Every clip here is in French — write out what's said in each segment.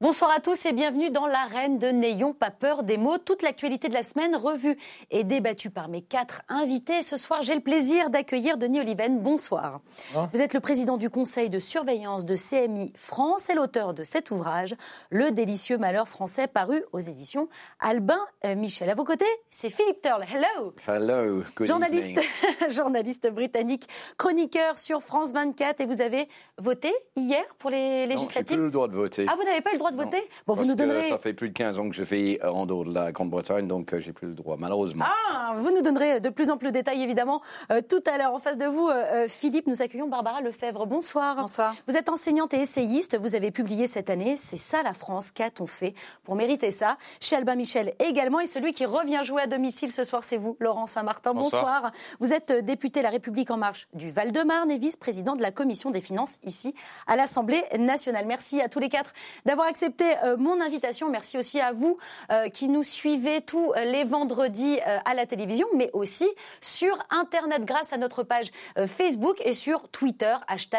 Bonsoir à tous et bienvenue dans l'arène de N'ayons pas peur des mots. Toute l'actualité de la semaine revue et débattue par mes 4 invités. Ce soir, j'ai le plaisir d'accueillir Denis Oliven. Bonsoir. Vous êtes le président du conseil de surveillance de CMI France et l'auteur de cet ouvrage, Le délicieux malheur français, paru aux éditions Albin Michel. À vos côtés, c'est Philippe Turle. Hello. Hello. Good evening. Journaliste britannique, chroniqueur sur France 24. Et vous avez voté hier pour les législatives? Non, j'ai plus le droit de voter. Ah, vous n'avez pas le droit de voter? Bon, vous nous donnerez... Ça fait plus de 15 ans que je vis en dehors de la Grande-Bretagne, donc j'ai plus le droit, malheureusement. Ah, vous nous donnerez de plus amples détails, évidemment, tout à l'heure. En face de vous, Philippe, nous accueillons Barbara Lefebvre. Bonsoir. Bonsoir. Vous êtes enseignante et essayiste. Vous avez publié cette année « C'est ça la France, qu'a-t-on fait pour mériter ça ?» chez Albin Michel également. Et celui qui revient jouer à domicile ce soir, c'est vous, Laurent Saint-Martin. Bonsoir. Vous êtes député La République En Marche du Val-de-Marne et vice-président de la Commission des Finances ici à l'Assemblée nationale. Merci à tous les 4 d'avoir accepté mon invitation. Merci aussi à vous qui nous suivez tous les vendredis à la télévision, mais aussi sur Internet grâce à notre page Facebook et sur Twitter,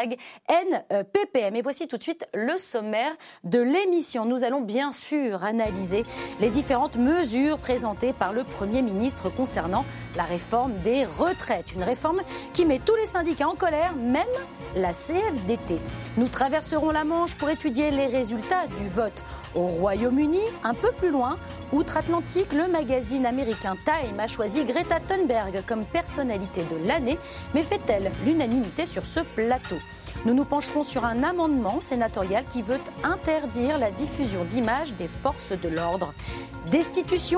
#NPPM. Et voici tout de suite le sommaire de l'émission. Nous allons bien sûr analyser les différentes mesures présentées par le Premier ministre concernant la réforme des retraites. Une réforme qui met tous les syndicats en colère, même la CFDT. Nous traverserons la Manche pour étudier les résultats du vote au Royaume-Uni. Un peu plus loin, outre-Atlantique, le magazine américain Time a choisi Greta Thunberg comme personnalité de l'année. Mais fait-elle l'unanimité sur ce plateau ? Nous nous pencherons sur un amendement sénatorial qui veut interdire la diffusion d'images des forces de l'ordre. Destitution ?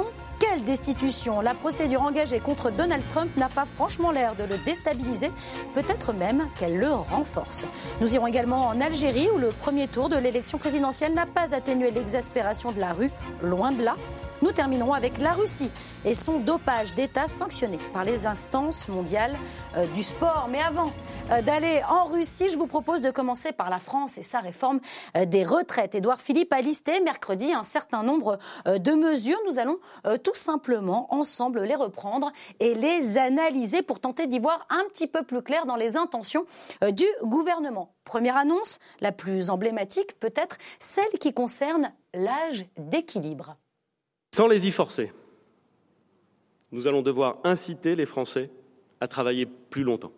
Quelle destitution ? La procédure engagée contre Donald Trump n'a pas franchement l'air de le déstabiliser, peut-être même qu'elle le renforce. Nous irons également en Algérie où le premier tour de l'élection présidentielle n'a pas atténué l'exaspération de la rue, loin de là. Nous terminerons avec la Russie et son dopage d'État sanctionné par les instances mondiales du sport. Mais avant d'aller en Russie, je vous propose de commencer par la France et sa réforme des retraites. Édouard Philippe a listé mercredi un certain nombre de mesures. Nous allons tout simplement ensemble les reprendre et les analyser pour tenter d'y voir un petit peu plus clair dans les intentions du gouvernement. Première annonce, la plus emblématique peut-être, celle qui concerne l'âge d'équilibre. Sans les y forcer, nous allons devoir inciter les Français à travailler plus longtemps.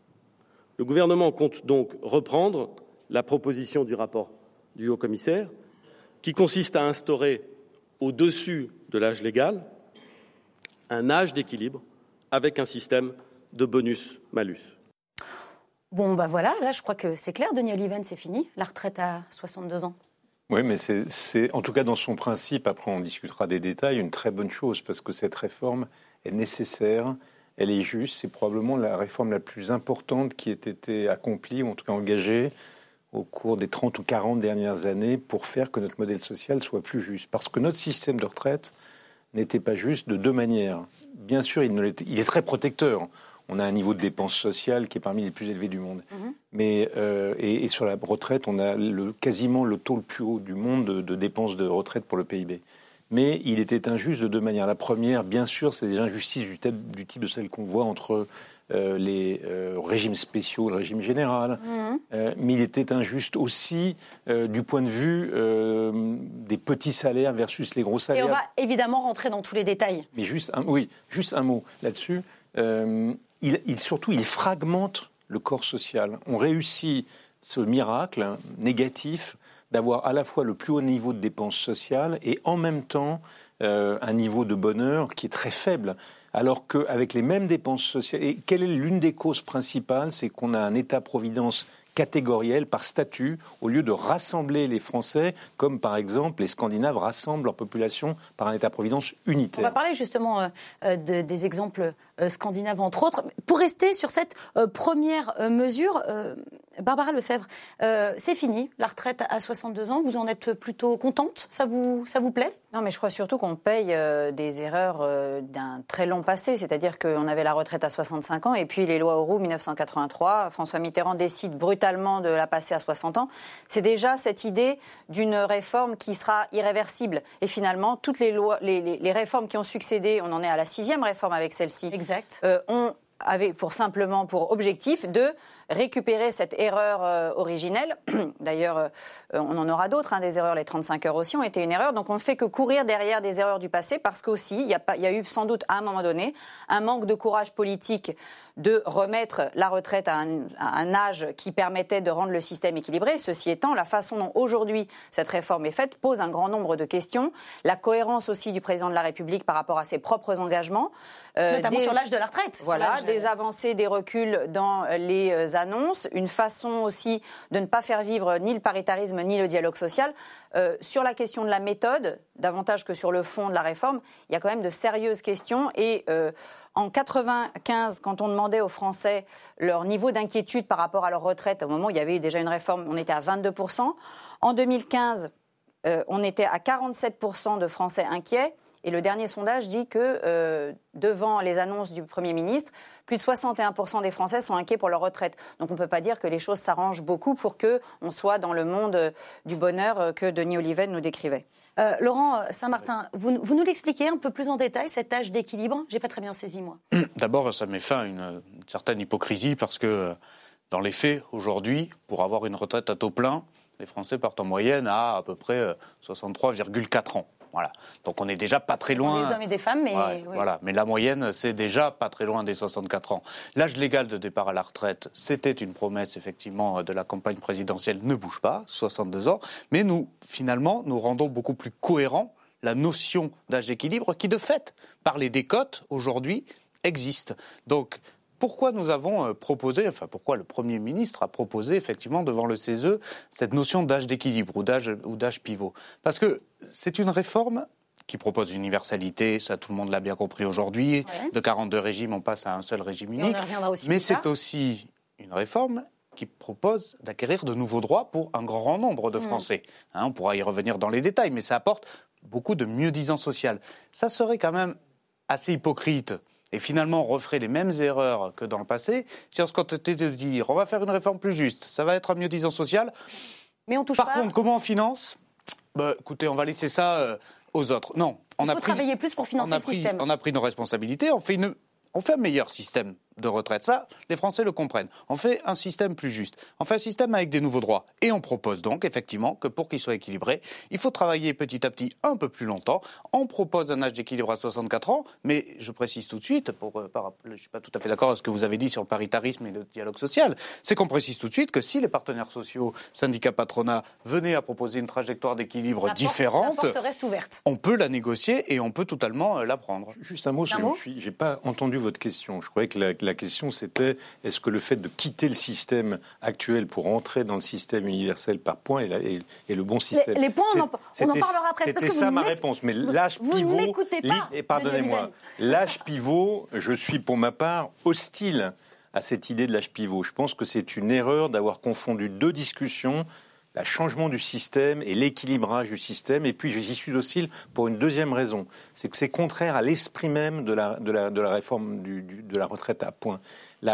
Le gouvernement compte donc reprendre la proposition du rapport du haut-commissaire qui consiste à instaurer au-dessus de l'âge légal un âge d'équilibre avec un système de bonus-malus. Bon, voilà, là je crois que c'est clair, Denis Oliven, c'est fini, la retraite à 62 ans. Oui, mais c'est en tout cas dans son principe, après on discutera des détails, une très bonne chose parce que cette réforme est nécessaire, elle est juste, c'est probablement la réforme la plus importante qui ait été accomplie, ou en tout cas engagée au cours des 30 ou 40 dernières années pour faire que notre modèle social soit plus juste. Parce que notre système de retraite n'était pas juste de 2 manières. Bien sûr, il est très protecteur. On a un niveau de dépenses sociales qui est parmi les plus élevés du monde. Mais et sur la retraite, on a quasiment le taux le plus haut du monde de dépenses de retraite pour le PIB. Mais il était injuste de 2 manières. La première, bien sûr, c'est des injustices du type de celles qu'on voit entre les régimes spéciaux et le régime général. Mais il était injuste aussi du point de vue des petits salaires versus les gros salaires. Et on va évidemment rentrer dans tous les détails. Mais juste un mot là-dessus. Surtout, il fragmente le corps social. On réussit ce miracle négatif d'avoir à la fois le plus haut niveau de dépenses sociales et en même temps un niveau de bonheur qui est très faible. Alors qu'avec les mêmes dépenses sociales, et quelle est l'une des causes principales, c'est qu'on a un État-providence catégoriel par statut, au lieu de rassembler les Français, comme par exemple les Scandinaves rassemblent leur population par un État-providence unitaire. On va parler justement des exemples scandinaves, entre autres. Pour rester sur cette première mesure, Barbara Lefebvre, c'est fini, la retraite à 62 ans. Vous en êtes plutôt contente ? Ça vous plaît ? Non, mais je crois surtout qu'on paye des erreurs d'un très long passé. C'est-à-dire qu'on avait la retraite à 65 ans et puis les lois Auroux 1983, François Mitterrand décide brutalement de la passer à 60 ans. C'est déjà cette idée d'une réforme qui sera irréversible. Et finalement, toutes les lois, les réformes qui ont succédé, on en est à la 6e réforme avec celle-ci. Exact. On avait pour objectif de récupérer cette erreur originelle. D'ailleurs, on en aura d'autres, des erreurs. Les 35 heures aussi ont été une erreur. Donc on ne fait que courir derrière des erreurs du passé parce qu'aussi, il y a eu sans doute à un moment donné un manque de courage politique de remettre la retraite à un âge qui permettait de rendre le système équilibré. Ceci étant, la façon dont aujourd'hui cette réforme est faite pose un grand nombre de questions. La cohérence aussi du président de la République par rapport à ses propres engagements. Notamment sur l'âge de la retraite. Voilà, des avancées, des reculs dans les annonces, une façon aussi de ne pas faire vivre ni le paritarisme ni le dialogue social. Sur la question de la méthode, davantage que sur le fond de la réforme, il y a quand même de sérieuses questions. Et en 1995, quand on demandait aux Français leur niveau d'inquiétude par rapport à leur retraite, au moment où il y avait eu déjà une réforme, on était à 22%. En 2015, on était à 47% de Français inquiets. Et le dernier sondage dit que, devant les annonces du Premier ministre, plus de 61% des Français sont inquiets pour leur retraite. Donc on ne peut pas dire que les choses s'arrangent beaucoup pour qu'on soit dans le monde du bonheur que Denis Oliven nous décrivait. Laurent Saint-Martin, vous nous l'expliquez un peu plus en détail, cet âge d'équilibre ? Je n'ai pas très bien saisi, moi. D'abord, ça met fin à une certaine hypocrisie parce que, dans les faits, aujourd'hui, pour avoir une retraite à taux plein, les Français partent en moyenne à peu près 63,4 ans. Voilà. Donc on n'est déjà pas très loin. Des hommes et des femmes, mais... Ouais, oui. Voilà. Mais la moyenne, c'est déjà pas très loin des 64 ans. L'âge légal de départ à la retraite, c'était une promesse, effectivement, de la campagne présidentielle, ne bouge pas, 62 ans. Mais nous, finalement, nous rendons beaucoup plus cohérent la notion d'âge d'équilibre qui, de fait, par les décotes, aujourd'hui, existe. Donc, pourquoi nous avons proposé, pourquoi le Premier ministre a proposé effectivement devant le CESE cette notion d'âge d'équilibre ou d'âge pivot ? Parce que c'est une réforme qui propose l'universalité, ça tout le monde l'a bien compris aujourd'hui, de 42 régimes on passe à un seul régime unique, mais c'est aussi une réforme qui propose d'acquérir de nouveaux droits pour un grand nombre de Français. On pourra y revenir dans les détails, mais ça apporte beaucoup de mieux-disance sociale. Ça serait quand même assez hypocrite. Et finalement, on referait les mêmes erreurs que dans le passé si on se contentait de dire on va faire une réforme plus juste, ça va être un mieux-disance social. Mais on touche Par contre, comment on finance ? Écoutez, on va laisser ça aux autres. Non, il faut travailler plus pour financer le système. On a pris nos responsabilités, on fait un meilleur système de retraite. Ça, les Français le comprennent. On fait un système plus juste. On fait un système avec des nouveaux droits. Et on propose donc, effectivement, que pour qu'il soit équilibré, il faut travailler petit à petit un peu plus longtemps. On propose un âge d'équilibre à 64 ans, mais je précise tout de suite, je ne suis pas tout à fait d'accord avec ce que vous avez dit sur le paritarisme et le dialogue social, c'est qu'on précise tout de suite que si les partenaires sociaux, syndicats, patronat, venaient à proposer une trajectoire d'équilibre différente, la porte reste ouverte. On peut la négocier et on peut totalement la prendre. Juste un mot, je n'ai pas entendu votre question. Je croyais que la question, c'était est-ce que le fait de quitter le système actuel pour entrer dans le système universel par points est le bon système. Les points, on en parlera après. C'était ça ma réponse. Mais l'âge pivot... Pardonnez-moi. L'âge pivot, je suis pour ma part hostile à cette idée de l'âge pivot. Je pense que c'est une erreur d'avoir confondu deux discussions, le changement du système et l'équilibrage du système. Et puis j'y suis hostile pour une deuxième raison, c'est que c'est contraire à l'esprit même de la réforme de la retraite à points.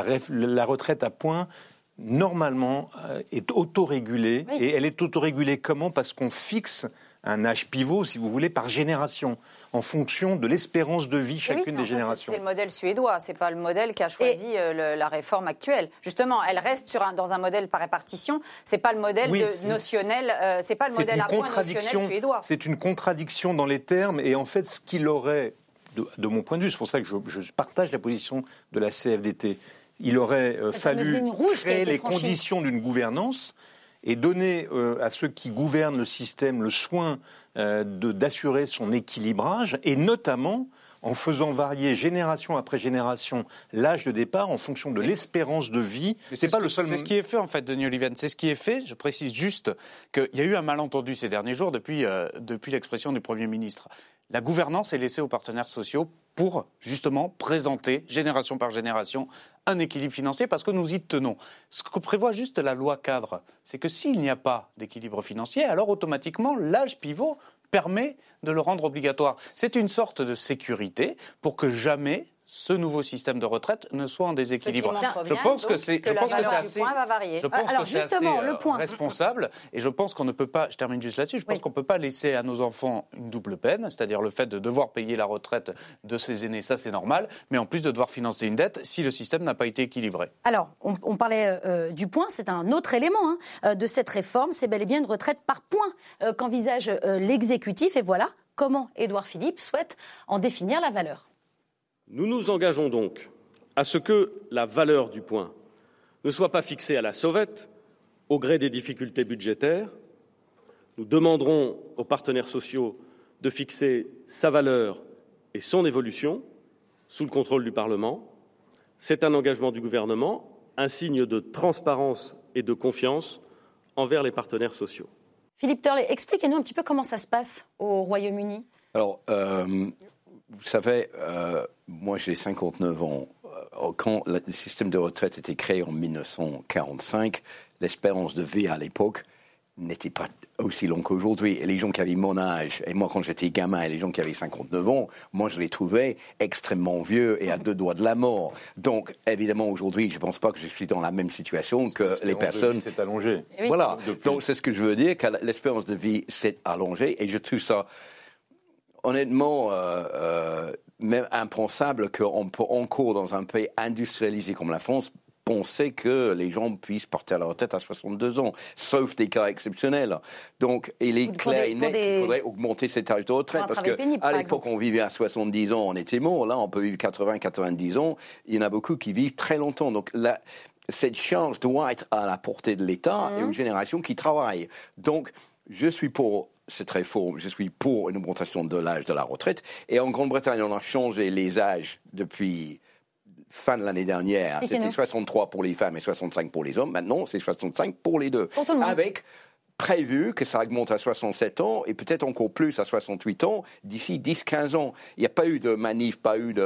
La retraite à points, normalement, est autorégulée. Oui. Et elle est autorégulée comment ? Parce qu'on fixe un âge pivot, si vous voulez, par génération, en fonction de l'espérance de vie chacune des générations. C'est le modèle suédois, c'est pas le modèle qu'a choisi la réforme actuelle. Justement, elle reste dans un modèle par répartition. C'est pas le modèle notionnel, c'est pas le modèle à points notionnel suédois. C'est une contradiction dans les termes, et en fait, ce qu'il aurait, de mon point de vue, c'est pour ça que je partage la position de la CFDT. Il aurait fallu créer les conditions d'une gouvernance et donner à ceux qui gouvernent le système le soin d'assurer son équilibrage, et notamment en faisant varier génération après génération l'âge de départ en fonction de l'espérance de vie. C'est pas le seul. C'est ce qui est fait en fait, Denis Oliven. C'est ce qui est fait. Je précise juste qu'il y a eu un malentendu ces derniers jours depuis l'expression du Premier ministre. La gouvernance est laissée aux partenaires sociaux pour justement présenter, génération par génération, un équilibre financier, parce que nous y tenons. Ce que prévoit juste la loi cadre, c'est que s'il n'y a pas d'équilibre financier, alors automatiquement l'âge pivot permet de le rendre obligatoire. C'est une sorte de sécurité pour que jamais ce nouveau système de retraite ne soit en déséquilibre. Je pense que c'est assez responsable et je pense qu'on ne peut pas, je termine juste là-dessus, je pense qu'on ne peut pas laisser à nos enfants une double peine, c'est-à-dire le fait de devoir payer la retraite de ses aînés, ça c'est normal, mais en plus de devoir financer une dette si le système n'a pas été équilibré. Alors, on parlait du point, c'est un autre élément de cette réforme, c'est bel et bien une retraite par points qu'envisage l'exécutif et voilà comment Édouard Philippe souhaite en définir la valeur. Nous nous engageons donc à ce que la valeur du point ne soit pas fixée à la sauvette, au gré des difficultés budgétaires. Nous demanderons aux partenaires sociaux de fixer sa valeur et son évolution sous le contrôle du Parlement. C'est un engagement du gouvernement, un signe de transparence et de confiance envers les partenaires sociaux. Philippe Turley, expliquez-nous un petit peu comment ça se passe au Royaume-Uni. Alors, vous savez, moi j'ai 59 ans. Quand le système de retraite était créé en 1945, l'espérance de vie à l'époque n'était pas aussi longue qu'aujourd'hui. Et les gens qui avaient mon âge, et moi quand j'étais gamin, et les gens qui avaient 59 ans, moi je les trouvais extrêmement vieux et à deux doigts de la mort. Donc évidemment aujourd'hui, je ne pense pas que je suis dans la même situation que les personnes... C'est allongé. Voilà, donc c'est ce que je veux dire, que l'espérance de vie s'est allongée et je trouve ça... Honnêtement, même impensable qu'on peut encore, dans un pays industrialisé comme la France, penser que les gens puissent partir à la retraite à 62 ans, sauf des cas exceptionnels. Donc, il est clair et net qu'il faudrait augmenter cet âge de retraite. Parce qu'à l'époque, on vivait à 70 ans, on était mort. Là, on peut vivre 80, 90 ans. Il y en a beaucoup qui vivent très longtemps. Donc, cette charge doit être à la portée de l'État et une génération qui travaille. Donc, je suis pour cette réforme, je suis pour une augmentation de l'âge de la retraite. Et en Grande-Bretagne, on a changé les âges depuis fin de l'année dernière. C'était 63 pour les femmes et 65 pour les hommes. Maintenant, c'est 65 pour les deux. Avec prévu que ça augmente à 67 ans et peut-être encore plus à 68 ans d'ici 10-15 ans. Il n'y a pas eu de manif, pas eu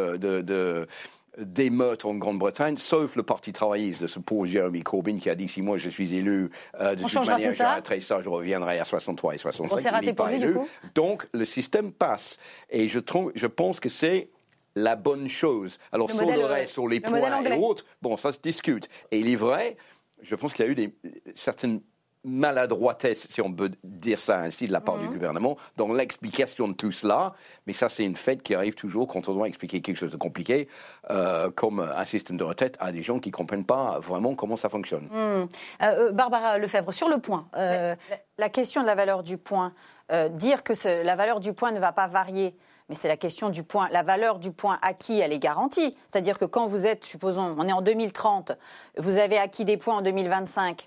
d'émeutes en Grande-Bretagne, sauf le Parti travailliste de ce pauvre Jeremy Corbyn qui a dit si moi je suis élu, de toute manière j'arrêterai ça, je reviendrai à 63 et 65. On s'est raté pour lui du coup. Donc le système passe et je pense que c'est la bonne chose. Alors sur le reste, sur les points et autres, bon ça se discute. Et il est vrai, je pense qu'il y a eu certaines maladroitesse, si on peut dire ça ainsi, de la part du gouvernement, dans l'explication de tout cela. Mais ça, c'est une fête qui arrive toujours quand on doit expliquer quelque chose de compliqué, comme un système de retraite à des gens qui ne comprennent pas vraiment comment ça fonctionne. Barbara Lefebvre, sur le point. La question de la valeur du point, dire que la valeur du point ne va pas varier, mais c'est la question du point. La valeur du point acquis, elle est garantie. C'est-à-dire que quand vous êtes, supposons, on est en 2030, vous avez acquis des points en 2025,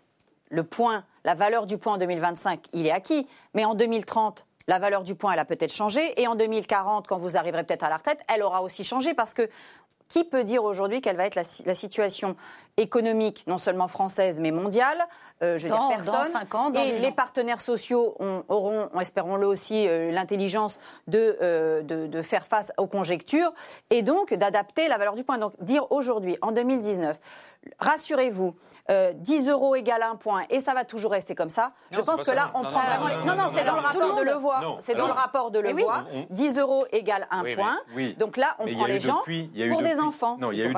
la valeur du point en 2025, il est acquis. Mais en 2030, la valeur du point, elle a peut-être changé. Et en 2040, quand vous arriverez peut-être à la retraite, elle aura aussi changé. Parce que qui peut dire aujourd'hui quelle va être la situation économique, non seulement française, mais mondiale? Personne. Dans 5 ans, et les partenaires sociaux auront, espérons-le aussi, l'intelligence de faire face aux conjectures et donc d'adapter la valeur du point. Donc dire aujourd'hui, en 2019, rassurez-vous, 10 € égale 1 point, et ça va toujours rester comme ça. Je pense que là, on prend vraiment... Non, c'est dans le rapport de Levoix. C'est dans le rapport de Levoix. 10 € égale 1 point. Donc là, on prend les gens pour des enfants. Non, il y a eu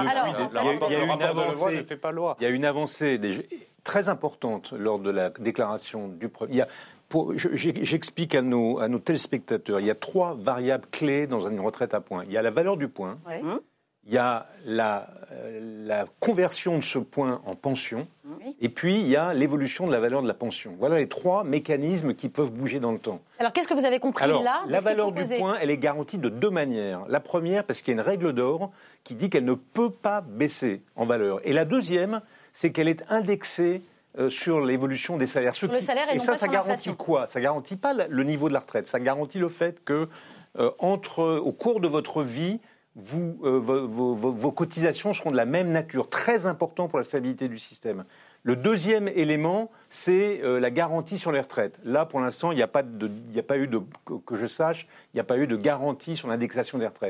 une avancée très importante lors de la déclaration du premier... J'explique à nos téléspectateurs, il y a 3 variables clés dans une retraite à points. Il y a la valeur du point, il y a la conversion de ce point en pension, et puis il y a l'évolution de la valeur de la pension. Voilà les 3 mécanismes qui peuvent bouger dans le temps. Alors qu'est-ce que vous avez compris là La valeur du point, elle est garantie de 2 manières. La première, parce qu'il y a une règle d'or qui dit qu'elle ne peut pas baisser en valeur. Et la deuxième, c'est qu'elle est indexée sur l'évolution des salaires. Sur le salaire et non pas sur garantit l'inflation. Quoi? Ça garantit pas le niveau de la retraite. Ça garantit le fait que au cours de votre vie, vos cotisations seront de la même nature. Très important pour la stabilité du système. Le deuxième élément, c'est la garantie sur les retraites. Là, pour l'instant, il n'y a pas eu que je sache, il n'y a pas eu de garantie sur l'indexation des retraites.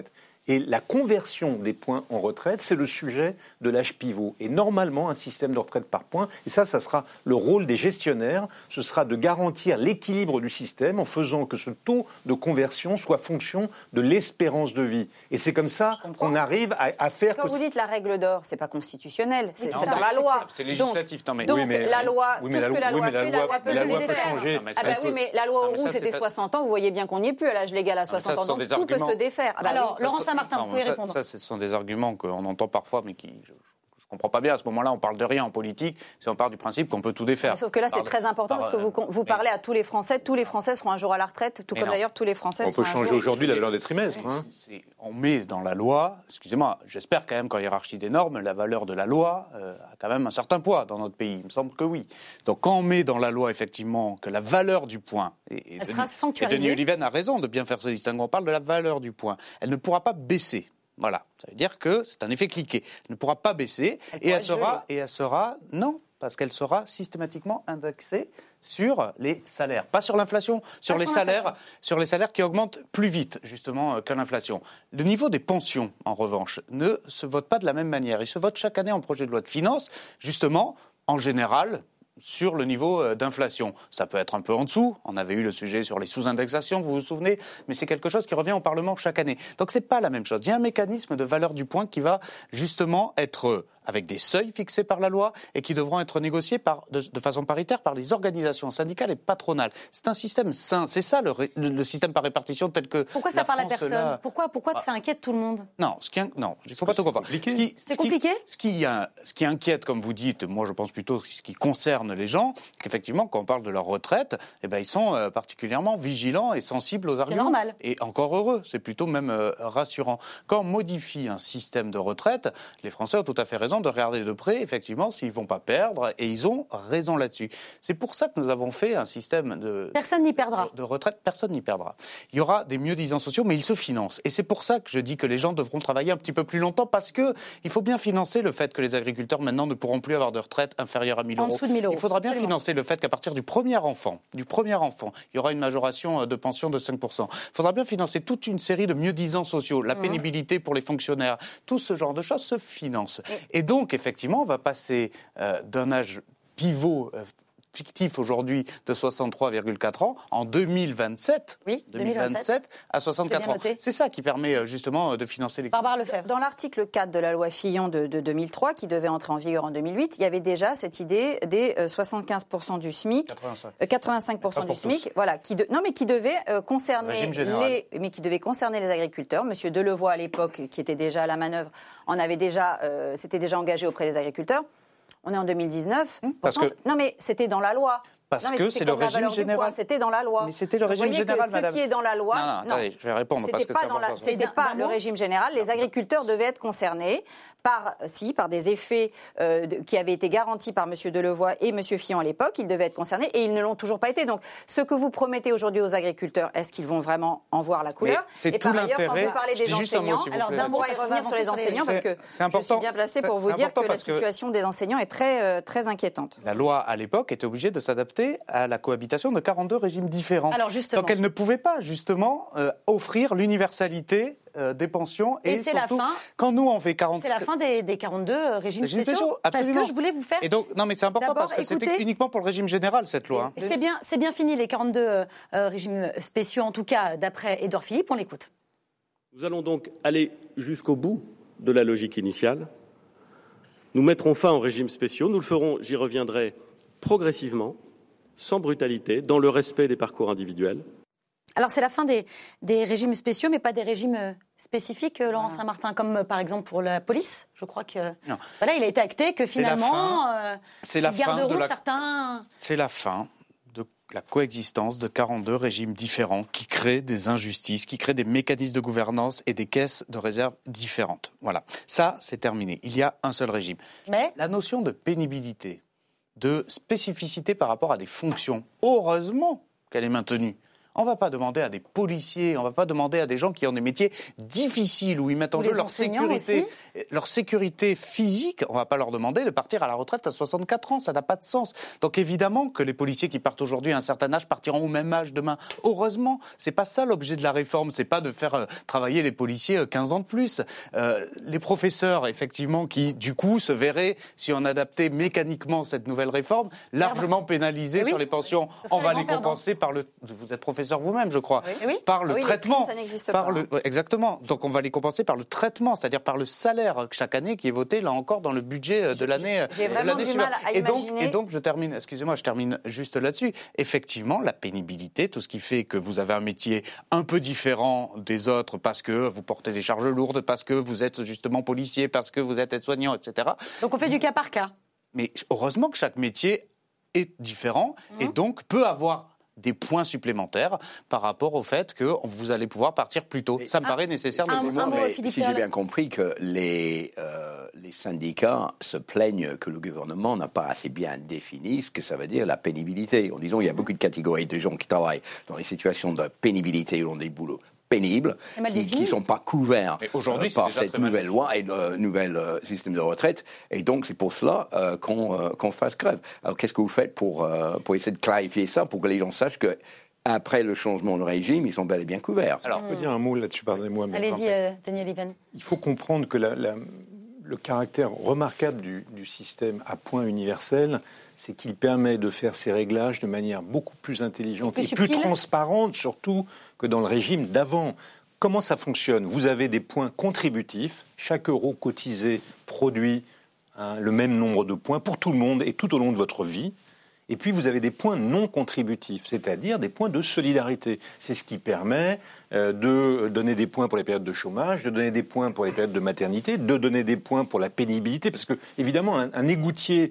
Et la conversion des points en retraite, c'est le sujet de l'âge pivot. Et normalement, un système de retraite par points, et ça sera le rôle des gestionnaires, ce sera de garantir l'équilibre du système en faisant que ce taux de conversion soit fonction de l'espérance de vie. Et c'est comme ça qu'on arrive à faire... Quand vous dites la règle d'or, c'est pas constitutionnel, c'est Non, dans la loi. C'est législatif. Donc Oui, mais la loi, oui, tout mais ce que la loi fait, la loi peut le peut défaire. changer. Ah bah oui, mais la loi Non, mais Auroux, ça, c'était c'est 60 ans, vous voyez bien qu'on n'y est plus à l'âge légal à 60 ans, sont donc des tout peut arguments. se défaire. Ah bah Alors, oui. Laurent Saint-Martin, vous pouvez répondre. Ça, ce sont des arguments qu'on entend parfois, mais qui... Je ne comprends pas bien. À ce moment-là, on parle de rien en politique si on part du principe qu'on peut tout défaire. Mais sauf que là, c'est très important parce que vous parlez à tous les Français seront un jour à la retraite, tout comme d'ailleurs tous les Français On seront peut un changer jour... aujourd'hui la valeur des trimestres. Hein. On met dans la loi, excusez-moi, j'espère quand même qu'en hiérarchie des normes, la valeur de la loi a quand même un certain poids dans notre pays. Il me semble que oui. Donc quand on met dans la loi effectivement que la valeur du point, elle sera sanctuarisée. Denis Oliven a raison de bien faire ce distinguo, on parle de la valeur du point, elle ne pourra pas baisser. Voilà, ça veut dire que c'est un effet cliquet. Elle ne pourra pas baisser et elle sera non, parce qu'elle sera systématiquement indexée sur les salaires, pas sur l'inflation, sur les salaires qui augmentent plus vite justement que l'inflation. Le niveau des pensions, en revanche, ne se vote pas de la même manière. Il se vote chaque année en projet de loi de finances, justement, en général, sur le niveau d'inflation. Ça peut être un peu en dessous. On avait eu le sujet sur les sous-indexations, vous vous souvenez, mais c'est quelque chose qui revient au Parlement chaque année. Donc c'est pas la même chose. Il y a un mécanisme de valeur du point qui va justement être avec des seuils fixés par la loi et qui devront être négociés de façon paritaire par les organisations syndicales et patronales. C'est un système sain. C'est ça le système par répartition tel que Pourquoi ça parle à personne ? Pourquoi ça inquiète tout le monde ? Non, il ne faut pas tout comprendre. C'est compliqué ? Ce qui inquiète, comme vous dites, moi je pense plutôt ce qui concerne les gens, qu'effectivement, quand on parle de leur retraite, ils sont particulièrement vigilants et sensibles aux arguments. C'est normal. Et encore heureux, c'est plutôt même rassurant. Quand on modifie un système de retraite, les Français ont tout à fait raison de regarder de près, effectivement, s'ils ne vont pas perdre, et ils ont raison là-dessus. C'est pour ça que nous avons fait un système Personne n'y perdra. De retraite, personne n'y perdra. Il y aura des mieux-disants sociaux, mais ils se financent. Et c'est pour ça que je dis que les gens devront travailler un petit peu plus longtemps, parce qu'il faut bien financer le fait que les agriculteurs, maintenant, ne pourront plus avoir de retraite inférieure à 1 000 euros. En dessous de 1 000 euros. Il faudra bien financer le fait qu'à partir du premier enfant, il y aura une majoration de pension de 5%. Il faudra bien financer toute une série de mieux-disants sociaux, la pénibilité pour les fonctionnaires, tout ce genre de choses se finance. Et donc, effectivement, on va passer d'un âge pivot fictif aujourd'hui de 63,4 ans en 2027, oui, 2027 à 64 ans. C'est ça qui permet justement de financer les... Barbara Lefebvre. Dans l'article 4 de la loi Fillon de 2003, qui devait entrer en vigueur en 2008, il y avait déjà cette idée des 75% du SMIC, 85% du SMIC, voilà, qui devait concerner les agriculteurs. Monsieur Delevoye à l'époque, qui était déjà à la manœuvre, s'était déjà engagé auprès des agriculteurs. On est en 2019. Non, mais c'était dans la loi. Parce que c'est le régime général. C'était dans la loi. Mais c'était le régime général, madame. Ce qui est dans la loi. Non, attendez, je vais répondre. C'était pas le régime général. Les agriculteurs devaient être concernés par des effets qui avaient été garantis par M. Delevoye et M. Fillon à l'époque. Ils devaient être concernés et ils ne l'ont toujours pas été. Donc, ce que vous promettez aujourd'hui aux agriculteurs, est-ce qu'ils vont vraiment en voir la couleur ? C'est et tout par ailleurs, l'intérêt. Quand vous parlez des enseignants, on pourra y revenir sur les enseignants parce que je suis bien placée pour vous dire que la situation des enseignants est très, très inquiétante. La loi, à l'époque, était obligée de s'adapter à la cohabitation de 42 régimes différents. Alors justement. Donc elle ne pouvait pas, justement, offrir l'universalité des pensions. Et c'est surtout, la fin. Quand nous, on fait 40... C'est la fin des 42 régimes spéciaux. Parce que je voulais vous faire... Et donc, non, mais c'est important parce que c'était uniquement pour le régime général, cette loi. C'est bien fini, les 42 régimes spéciaux, en tout cas, d'après Édouard Philippe. On l'écoute. Nous allons donc aller jusqu'au bout de la logique initiale. Nous mettrons fin aux régimes spéciaux. Nous le ferons, j'y reviendrai, progressivement, sans brutalité, dans le respect des parcours individuels. Alors c'est la fin des régimes spéciaux, mais pas des régimes spécifiques, Laurent Saint-Martin, comme par exemple pour la police. Je crois que voilà, il a été acté que finalement, ils garderont certains... C'est la fin de la coexistence de 42 régimes différents qui créent des injustices, qui créent des mécanismes de gouvernance et des caisses de réserve différentes. Voilà, ça c'est terminé. Il y a un seul régime. Mais la notion de pénibilité, de spécificité par rapport à des fonctions, heureusement qu'elle est maintenue. On ne va pas demander à des policiers, on ne va pas demander à des gens qui ont des métiers difficiles où ils mettent en jeu leur sécurité physique. On ne va pas leur demander de partir à la retraite à 64 ans. Ça n'a pas de sens. Donc évidemment que les policiers qui partent aujourd'hui à un certain âge partiront au même âge demain. Heureusement, c'est pas ça l'objet de la réforme. C'est pas de faire travailler les policiers 15 ans de plus. Les professeurs, effectivement, qui du coup se verraient, si on adaptait mécaniquement cette nouvelle réforme, largement pénalisés sur les pensions. On va les compenser par le. Vous êtes professeur vous-même, je crois. Par le traitement. Ça n'existe pas. Exactement. Donc on va les compenser par le traitement, c'est-à-dire par le salaire chaque année qui est voté là encore dans le budget de l'année. J'ai vraiment du mal à imaginer. Et donc je termine juste là-dessus. Effectivement, la pénibilité, tout ce qui fait que vous avez un métier un peu différent des autres parce que vous portez des charges lourdes, parce que vous êtes justement policier, parce que vous êtes aide-soignant, etc. Donc on fait du cas par cas. Mais heureusement que chaque métier est différent et donc peut avoir des points supplémentaires par rapport au fait que vous allez pouvoir partir plus tôt. Ça me paraît nécessaire de le voir. Si j'ai bien compris que les syndicats se plaignent que le gouvernement n'a pas assez bien défini ce que ça veut dire la pénibilité. En disant qu'il y a beaucoup de catégories de gens qui travaillent dans les situations de pénibilité ou dans des boulots pénibles, qui ne sont pas couverts par cette nouvelle loi et le nouvel système de retraite. Et donc, c'est pour cela qu'on fasse grève. Alors, qu'est-ce que vous faites pour essayer de clarifier ça, pour que les gens sachent que après le changement de régime, ils sont bel et bien couverts? Alors, je peux dire un mot là-dessus, pardonnez-moi. Allez-y, Daniel Liven. Il faut comprendre que le caractère remarquable du système à points universel, c'est qu'il permet de faire ces réglages de manière beaucoup plus intelligente et plus transparente, surtout que dans le régime d'avant. Comment ça fonctionne? Vous avez des points contributifs. Chaque euro cotisé produit le même nombre de points pour tout le monde et tout au long de votre vie. Et puis, vous avez des points non contributifs, c'est-à-dire des points de solidarité. C'est ce qui permet de donner des points pour les périodes de chômage, de donner des points pour les périodes de maternité, de donner des points pour la pénibilité. Parce que, évidemment, un égoutier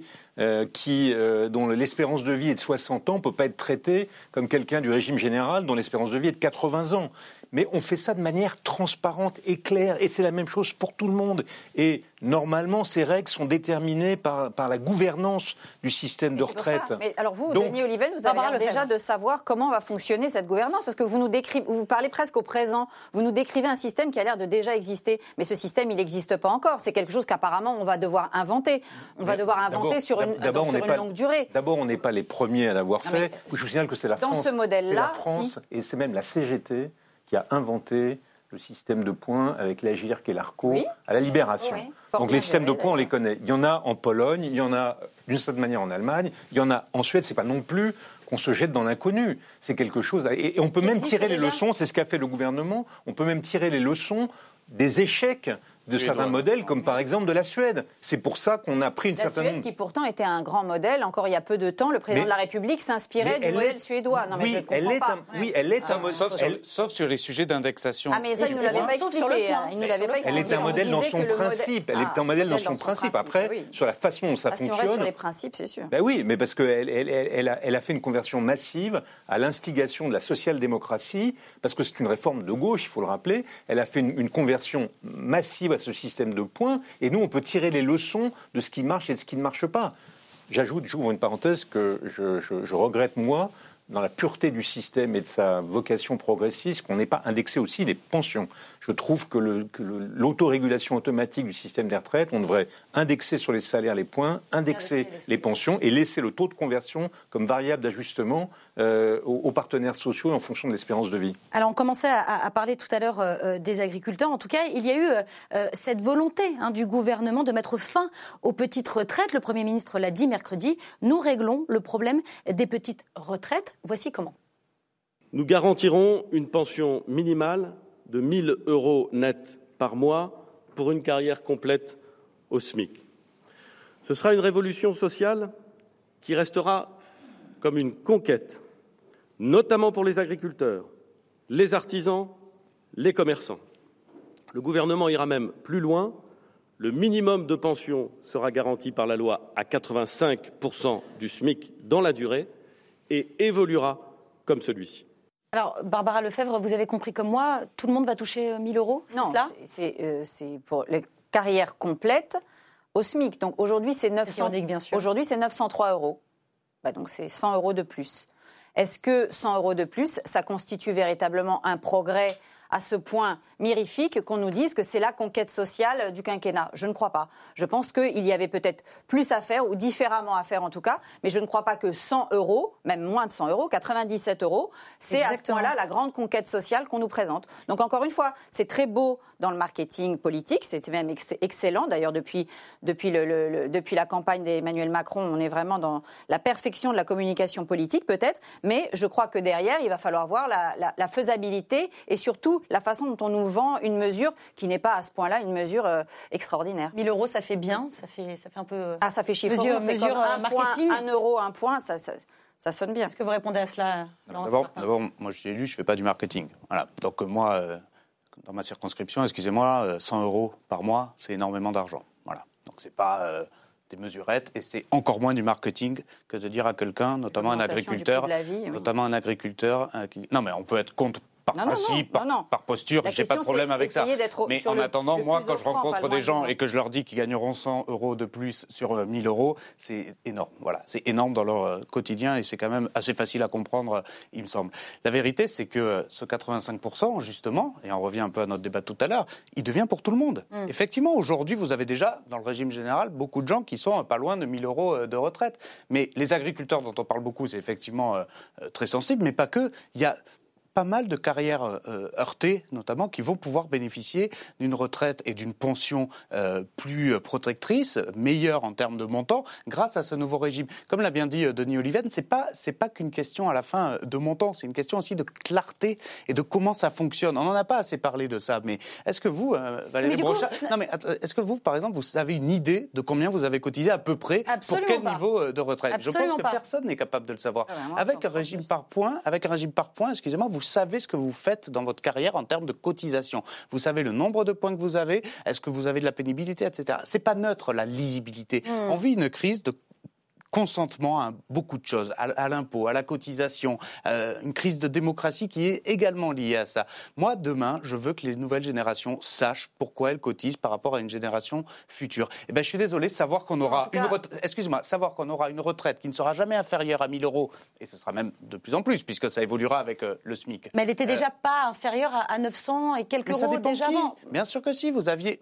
dont l'espérance de vie est de 60 ans ne peut pas être traité comme quelqu'un du régime général dont l'espérance de vie est de 80 ans. Mais on fait ça de manière transparente et claire, et c'est la même chose pour tout le monde. Et normalement, ces règles sont déterminées par la gouvernance du système de retraite. Mais alors vous, Denis Oliven, vous avez l'air déjà de savoir comment va fonctionner cette gouvernance, parce que vous parlez presque au présent, vous nous décrivez un système qui a l'air de déjà exister, mais ce système, il n'existe pas encore. C'est quelque chose qu'apparemment, on va devoir inventer. On va devoir inventer sur une longue durée. D'abord, on n'est pas les premiers à l'avoir fait. Je vous signale que c'est la France. Dans ce modèle-là, et c'est même la CGT qui a inventé le système de points avec l'Agirc et l'ARCO à la Libération. Oui. Donc les systèmes de points, on les connaît. Il y en a en Pologne, il y en a d'une certaine manière en Allemagne, il y en a en Suède. C'est pas non plus qu'on se jette dans l'inconnu. C'est quelque chose... Et on peut même tirer les leçons, c'est ce qu'a fait le gouvernement, on peut même tirer les leçons des échecs de certains modèles, comme par exemple de la Suède. C'est pour ça qu'on a pris une certaine... La Suède, qui pourtant était un grand modèle, encore il y a peu de temps, le président de la République s'inspirait du modèle suédois. Non, mais je ne comprends pas. Oui, elle est un modèle... Sauf sur les sujets d'indexation. Ah, mais ça, il ne nous l'avait pas expliqué. Elle est un modèle dans son principe. Elle est un modèle dans son principe. Après, sur la façon dont ça fonctionne... Si on reste sur les principes, c'est sûr. Ben oui, mais parce qu'elle a fait une conversion massive à l'instigation de la social-démocratie, parce que c'est une réforme de gauche, il faut le rappeler. Elle a fait une conversion massive à ce système de points, et nous, on peut tirer les leçons de ce qui marche et de ce qui ne marche pas. J'ouvre une parenthèse que je regrette, moi, dans la pureté du système et de sa vocation progressiste, qu'on n'ait pas indexé aussi les pensions. Je trouve que l'autorégulation automatique du système des retraites, on devrait indexer sur les salaires les points, indexer les pensions et laisser le taux de conversion comme variable d'ajustement aux partenaires sociaux en fonction de l'espérance de vie. Alors on commençait à parler tout à l'heure des agriculteurs. En tout cas, il y a eu cette volonté du gouvernement de mettre fin aux petites retraites. Le Premier ministre l'a dit mercredi, nous réglons le problème des petites retraites. Voici comment. Nous garantirons une pension minimale de 1 000 € net par mois pour une carrière complète au SMIC. Ce sera une révolution sociale qui restera comme une conquête, notamment pour les agriculteurs, les artisans, les commerçants. Le gouvernement ira même plus loin. Le minimum de pension sera garanti par la loi à 85% du SMIC dans la durée et évoluera comme celui-ci. Alors, Barbara Lefebvre, vous avez compris comme moi, tout le monde va toucher 1 000 €, c'est cela ? C'est pour les carrières complètes au SMIC. Donc aujourd'hui, c'est 903 €. Bah, donc c'est 100 € de plus. Est-ce que 100 € de plus, ça constitue véritablement un progrès à ce point mirifique qu'on nous dise que c'est la conquête sociale du quinquennat? Je ne crois pas. Je pense qu'il y avait peut-être plus à faire, ou différemment à faire en tout cas, mais je ne crois pas que 100 €, même moins de 100 €, 97 €, c'est à ce point-là la grande conquête sociale qu'on nous présente. Donc encore une fois, c'est très beau dans le marketing politique, c'est même excellent. D'ailleurs, depuis la campagne d'Emmanuel Macron, on est vraiment dans la perfection de la communication politique peut-être, mais je crois que derrière, il va falloir voir la faisabilité et surtout la façon dont on nous vend une mesure qui n'est pas à ce point-là une mesure extraordinaire. 1 000 €, ça fait bien, ça fait un peu... Ah, ça fait chiffre. C'est comme marketing. 1 euro, un point, ça sonne bien. Est-ce que vous répondez à cela, Laurence? D'abord, moi je suis élu, je ne fais pas du marketing. Voilà. Donc moi, dans ma circonscription, excusez-moi, 100 € par mois, c'est énormément d'argent. Voilà. Donc c'est pas des mesurettes et c'est encore moins du marketing que de dire à quelqu'un, notamment un agriculteur, Non mais on peut être contre par principe, par posture, j'ai pas de problème avec ça. Mais en attendant, moi, quand je rencontre des gens et que je leur dis qu'ils gagneront 100 € de plus sur 1 000 €, c'est énorme. Voilà, c'est énorme dans leur quotidien et c'est quand même assez facile à comprendre, il me semble. La vérité, c'est que ce 85%, justement, et on revient un peu à notre débat tout à l'heure, il devient pour tout le monde. Effectivement, aujourd'hui, vous avez déjà, dans le régime général, beaucoup de gens qui sont pas loin de 1 000 € de retraite. Mais les agriculteurs, dont on parle beaucoup, c'est effectivement très sensible, mais pas que. Il y a pas mal de carrières heurtées, notamment, qui vont pouvoir bénéficier d'une retraite et d'une pension plus protectrice, meilleure en termes de montant, grâce à ce nouveau régime. Comme l'a bien dit Denis Oliven, c'est pas qu'une question à la fin de montant, c'est une question aussi de clarté et de comment ça fonctionne. On n'en a pas assez parlé de ça, mais est-ce que vous, Valérie Brochard, est-ce que vous, par exemple, vous avez une idée de combien vous avez cotisé à peu près pour quel niveau de retraite? Absolument. Je pense que personne n'est capable de le savoir. Avec un régime par points, excusez-moi, vous savez ce que vous faites dans votre carrière en termes de cotisation. Vous savez le nombre de points que vous avez, est-ce que vous avez de la pénibilité, etc. C'est pas neutre, la lisibilité. On vit une crise de consentement à beaucoup de choses, à l'impôt, à la cotisation, une crise de démocratie qui est également liée à ça. Moi, demain, je veux que les nouvelles générations sachent pourquoi elles cotisent par rapport à une génération future. Eh ben, je suis désolé, savoir qu'on aura savoir qu'on aura une retraite qui ne sera jamais inférieure à 1 000 €, et ce sera même de plus en plus, puisque ça évoluera avec le SMIC. Mais elle n'était déjà pas inférieure à 900 et quelques euros déjà avant. Bien sûr que si, vous aviez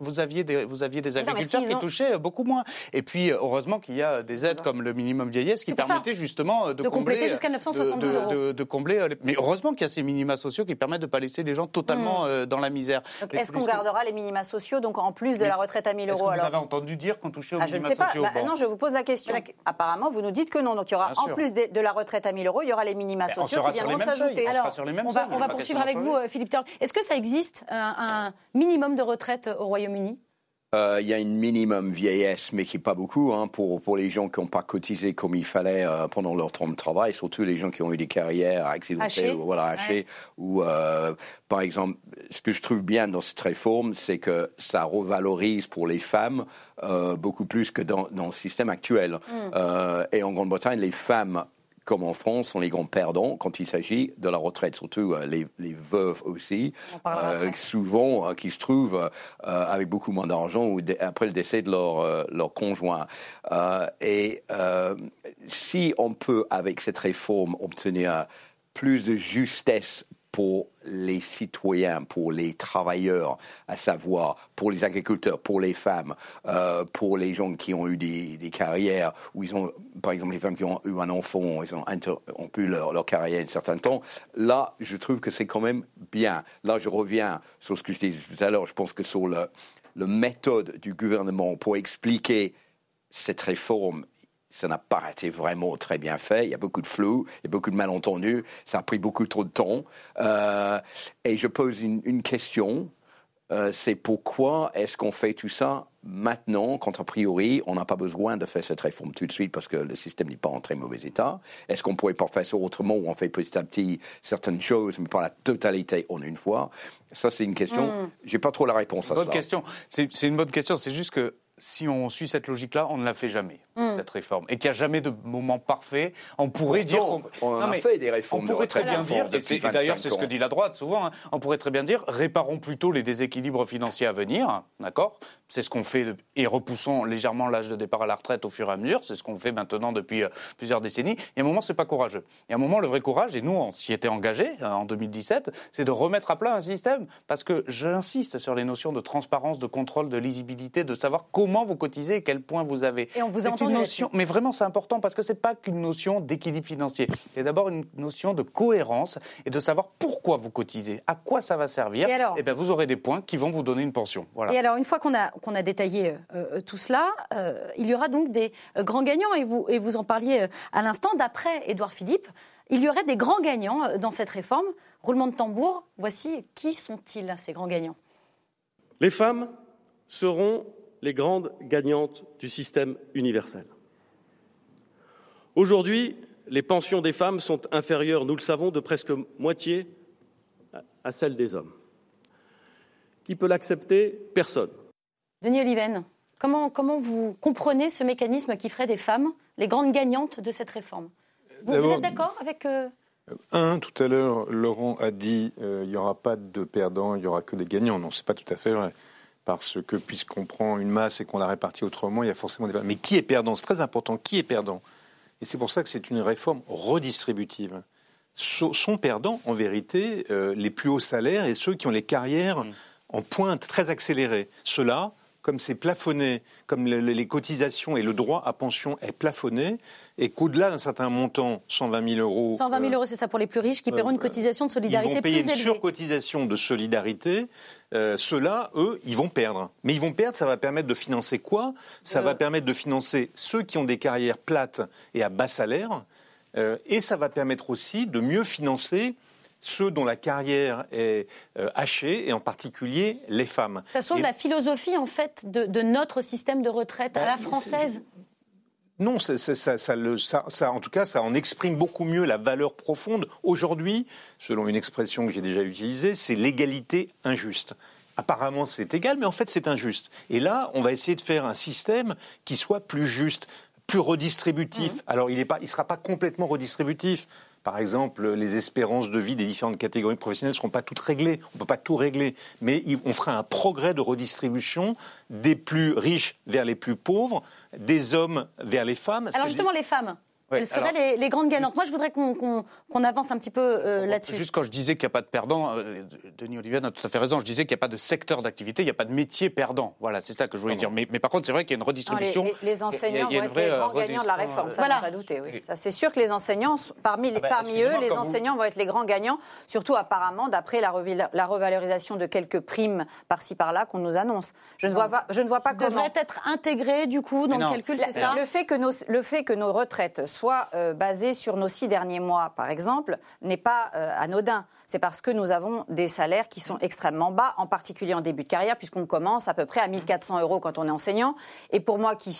des agriculteurs qui touchaient beaucoup moins. Et puis, heureusement qu'il y a des aides comme le minimum vieillesse qui permettait justement de compléter jusqu'à 970 €. De combler. Mais heureusement qu'il y a ces minima sociaux qui permettent de ne pas laisser les gens totalement dans la misère. Donc, est-ce qu'on gardera les minima sociaux donc en plus de la retraite à 1 000 €? Vous avez entendu dire qu'on touchait aux minima sociaux? Je ne sais pas. Non, je vous pose la question. Apparemment, vous nous dites que non. Donc il y aura en plus de la retraite à 1 000 €, il y aura les minima sociaux qui viendront s'ajouter. Alors, on va poursuivre avec vous, Philippe Turle. Est-ce que ça existe un minimum de retraite au Royaume-Uni? Il y a une minimum vieillesse, mais qui n'est pas beaucoup, pour les gens qui n'ont pas cotisé comme il fallait pendant leur temps de travail, surtout les gens qui ont eu des carrières accidentelles hachées. Ou, par exemple, ce que je trouve bien dans cette réforme, c'est que ça revalorise pour les femmes beaucoup plus que dans le système actuel. Et en Grande-Bretagne, les femmes, comme en France, sont les grands perdants quand il s'agit de la retraite, surtout les veuves aussi, souvent qui se trouvent avec beaucoup moins d'argent ou après le décès de leur conjoint. Si on peut, avec cette réforme, obtenir plus de justesse pour les citoyens, pour les travailleurs, à savoir pour les agriculteurs, pour les femmes, pour les gens qui ont eu des carrières où ils ont, par exemple, les femmes qui ont eu un enfant, ils ont interrompu leur carrière un certain temps. Là, je trouve que c'est quand même bien. Là, je reviens sur ce que je disais tout à l'heure. Je pense que sur la méthode du gouvernement pour expliquer cette réforme, ça n'a pas été vraiment très bien fait. Il y a beaucoup de flou, il y a beaucoup de malentendus. Ça a pris beaucoup trop de temps. Et je pose une question. C'est pourquoi est-ce qu'on fait tout ça maintenant, quand a priori, on n'a pas besoin de faire cette réforme tout de suite parce que le système n'est pas en très mauvais état? Est-ce qu'on pourrait pas faire ça autrement, où on fait petit à petit certaines choses, mais pas la totalité en une fois? Ça, c'est une question. J'ai pas trop la réponse à ça. C'est une bonne question. C'est juste que si on suit cette logique-là, on ne la fait jamais, cette réforme. Et qu'il n'y a jamais de moment parfait. On pourrait dire on a fait des réformes. On pourrait très bien dire, et d'ailleurs c'est ce que dit la droite souvent, on pourrait très bien dire, réparons plutôt les déséquilibres financiers à venir, d'accord? C'est ce qu'on fait, et repoussons légèrement l'âge de départ à la retraite au fur et à mesure. C'est ce qu'on fait maintenant depuis plusieurs décennies. Et à un moment, c'est pas courageux. Et à un moment, le vrai courage, et nous, on s'y était engagés en 2017, c'est de remettre à plat un système. Parce que j'insiste sur les notions de transparence, de contrôle, de lisibilité, de savoir comment vous cotisez et quel point vous avez. Et on vous entend une notion, mais vraiment, c'est important parce que c'est pas qu'une notion d'équilibre financier. C'est d'abord une notion de cohérence et de savoir pourquoi vous cotisez, à quoi ça va servir. Et bien, vous aurez des points qui vont vous donner une pension. Voilà. Et alors, une fois qu'on a détaillé tout cela, il y aura donc des grands gagnants, et vous en parliez à l'instant, d'après Édouard Philippe, il y aurait des grands gagnants dans cette réforme. Roulement de tambour, voici, qui sont-ils, ces grands gagnants ? Les femmes seront les grandes gagnantes du système universel. Aujourd'hui, les pensions des femmes sont inférieures, nous le savons, de presque moitié à celles des hommes. Qui peut l'accepter ? Personne. Denis Oliven, comment vous comprenez ce mécanisme qui ferait des femmes les grandes gagnantes de cette réforme ? Vous êtes d'accord avec... Tout à l'heure, Laurent a dit il n'y aura pas de perdants, il n'y aura que des gagnants. Non, ce n'est pas tout à fait vrai. Parce que puisqu'on prend une masse et qu'on la répartit autrement, il y a forcément des perdants. Mais qui est perdant ? C'est très important. Qui est perdant ? Et c'est pour ça que c'est une réforme redistributive. Sont perdants, en vérité, les plus hauts salaires et ceux qui ont les carrières en pointe très accélérées. Ceux-là, comme c'est plafonné, comme les cotisations et le droit à pension est plafonné, et qu'au-delà d'un certain montant, 120 000 euros... 120 000 euros, c'est ça pour les plus riches, qui paieront une cotisation de solidarité plus élevée. Ils vont payer une surcotisation de solidarité. Ceux-là, eux, ils vont perdre. Mais ils vont perdre, ça va permettre de financer quoi ? Ça va permettre de financer ceux qui ont des carrières plates et à bas salaire, et ça va permettre aussi de mieux financer ceux dont la carrière est hachée, et en particulier les femmes. Ça sauve la philosophie, en fait, de notre système de retraite à la française. Non, en tout cas, ça en exprime beaucoup mieux la valeur profonde. Aujourd'hui, selon une expression que j'ai déjà utilisée, c'est l'égalité injuste. Apparemment, c'est égal, mais en fait, c'est injuste. Et là, on va essayer de faire un système qui soit plus juste, plus redistributif. Alors, il ne sera pas complètement redistributif. Par exemple, les espérances de vie des différentes catégories professionnelles ne seront pas toutes réglées. On ne peut pas tout régler. Mais on fera un progrès de redistribution des plus riches vers les plus pauvres, des hommes vers les femmes. Alors justement, les femmes, elles seraient les grandes gagnantes. Moi, je voudrais qu'on avance un petit peu là-dessus. Juste quand je disais qu'il n'y a pas de perdants, Denis Oliven a tout à fait raison, je disais qu'il n'y a pas de secteur d'activité, il n'y a pas de métier perdant. Voilà, c'est ça que je voulais dire. Mais par contre, c'est vrai qu'il y a une redistribution. Non, les enseignants vont être les grands gagnants de la réforme, ça, on ne pas douter. Oui. Ça, c'est sûr que les enseignants, parmi eux, les enseignants vont être les grands gagnants, surtout apparemment d'après la revalorisation de quelques primes par-ci par-là qu'on nous annonce. Je ne vois pas comment. Devrait être intégré, du coup, dans le calcul, c'est ça ? Le fait que nos retraites soient basées sur nos 6 derniers mois, par exemple, n'est pas anodin. C'est parce que nous avons des salaires qui sont extrêmement bas, en particulier en début de carrière, puisqu'on commence à peu près à 1 400 € quand on est enseignant. Et pour moi, qui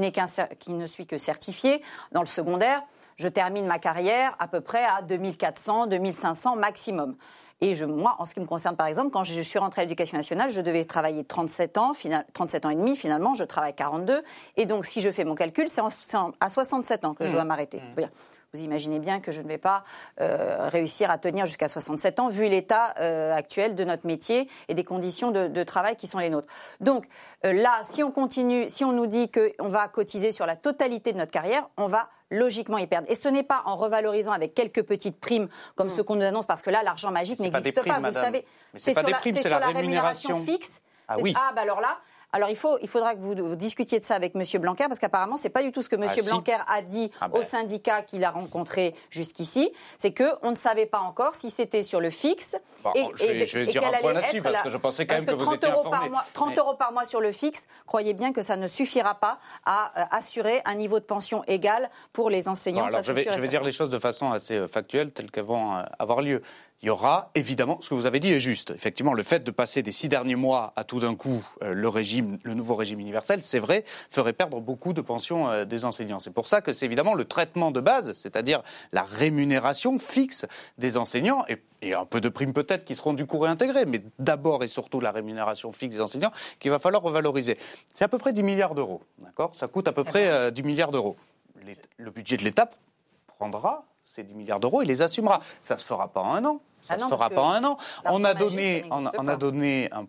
ne suis que certifié dans le secondaire, je termine ma carrière à peu près à 2 400, 2 500 maximum. Et moi, en ce qui me concerne, par exemple, quand je suis rentrée à l'Éducation nationale, je devais travailler 37 ans et demi. Finalement, je travaille 42. Et donc, si je fais mon calcul, c'est à 67 ans que je dois m'arrêter. Vous imaginez bien que je ne vais pas réussir à tenir jusqu'à 67 ans, vu l'état actuel de notre métier et des conditions de travail qui sont les nôtres. Donc là, si on continue, si on nous dit qu'on va cotiser sur la totalité de notre carrière, on va logiquement y perdre. Et ce n'est pas en revalorisant avec quelques petites primes comme ce qu'on nous annonce, parce que là, l'argent magique n'existe pas, vous le savez. C'est sur la rémunération fixe. Ah oui. Ah, bah alors là... Alors, il faudra que vous discutiez de ça avec M. Blanquer, parce qu'apparemment, ce n'est pas du tout ce que M. Blanquer a dit au syndicat qu'il a rencontré jusqu'ici. C'est qu'on ne savait pas encore si c'était sur le fixe je vais dire un point là-dessus, parce que je pensais quand même que vous étiez informé. 30 € par mois sur le fixe, croyez bien que ça ne suffira pas à assurer un niveau de pension égal pour les enseignants. Je vais dire les choses de façon assez factuelle, telles qu'elles vont avoir lieu. Il y aura, évidemment, ce que vous avez dit est juste. Effectivement, le fait de passer des 6 derniers mois à tout d'un coup le nouveau régime universel, c'est vrai, ferait perdre beaucoup de pensions des enseignants. C'est pour ça que c'est évidemment le traitement de base, c'est-à-dire la rémunération fixe des enseignants, et un peu de primes peut-être qui seront du coup réintégrées, mais d'abord et surtout la rémunération fixe des enseignants qu'il va falloir revaloriser. C'est à peu près 10 milliards d'euros, d'accord ? Ça coûte à peu près 10 milliards d'euros. Le budget de l'État prendra ces 10 milliards d'euros et les assumera. Ça ne se fera pas en un an. Ça ne se fera pas en un an. On a donné un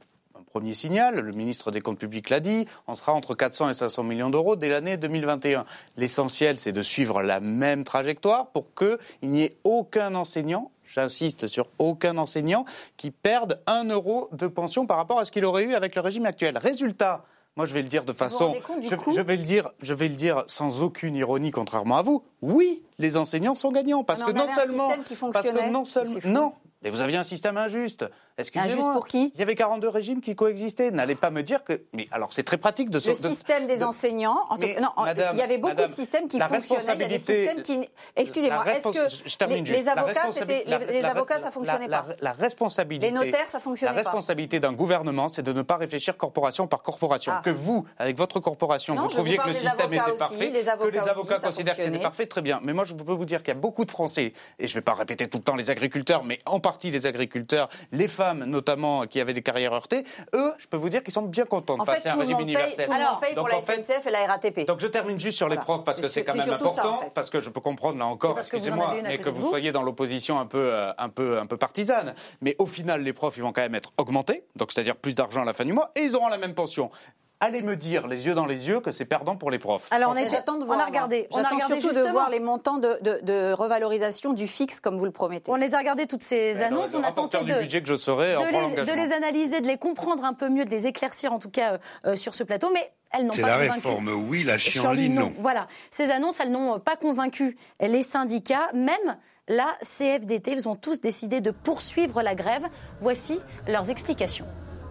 premier signal, le ministre des Comptes publics l'a dit, on sera entre 400 et 500 millions d'euros dès l'année 2021. L'essentiel, c'est de suivre la même trajectoire pour qu'il n'y ait aucun enseignant, j'insiste sur aucun enseignant, qui perde 1 euro de pension par rapport à ce qu'il aurait eu avec le régime actuel. Résultat, moi je vais le dire de façon... Je vais le dire sans aucune ironie, contrairement à vous. Oui, les enseignants sont gagnants. Parce que non seulement... Non, mais vous aviez un système injuste. Excusez-moi. Injuste pour qui ? Il y avait 42 régimes qui coexistaient. N'allez pas me dire que... Mais alors, c'est très pratique de... Le système des enseignants... il y avait beaucoup de systèmes qui fonctionnaient. Il y a des systèmes qui... Excusez-moi, est-ce que les avocats, ça fonctionnait pas ? La responsabilité... Les notaires, ça fonctionnait pas. La responsabilité d'un gouvernement, c'est de ne pas réfléchir corporation par corporation. Que vous, avec votre corporation, vous trouviez que le système était parfait, que les avocats considèrent que c'était parfait, très bien. Mais moi, je peux vous dire qu'il y a beaucoup de Français, et je ne vais pas répéter tout le temps les agriculteurs, mais en partie les agriculteurs, les femmes notamment qui avaient des carrières heurtées, eux, je peux vous dire qu'ils sont bien contents de passer un régime universel. Tout le monde paye pour la SNCF et la RATP. Donc je termine juste sur les profs parce que c'est quand même important, parce que je peux comprendre là encore, excusez-moi, mais que vous soyez dans l'opposition un peu partisane. Mais au final, les profs, ils vont quand même être augmentés, donc c'est-à-dire plus d'argent à la fin du mois, et ils auront la même pension. Allez me dire, les yeux dans les yeux, que c'est perdant pour les profs. Alors, j'attends de voir. J'attends surtout de voir les montants de revalorisation du fixe, comme vous le promettez. On les a regardés, toutes ces annonces. On a tenté du budget que je serai, de les analyser, de les comprendre un peu mieux, de les éclaircir, en tout cas, sur ce plateau. Mais elles n'ont pas convaincu. C'est la réforme, oui, la chienlit, non. Voilà. Ces annonces, elles n'ont pas convaincu les syndicats, même la CFDT. Ils ont tous décidé de poursuivre la grève. Voici leurs explications.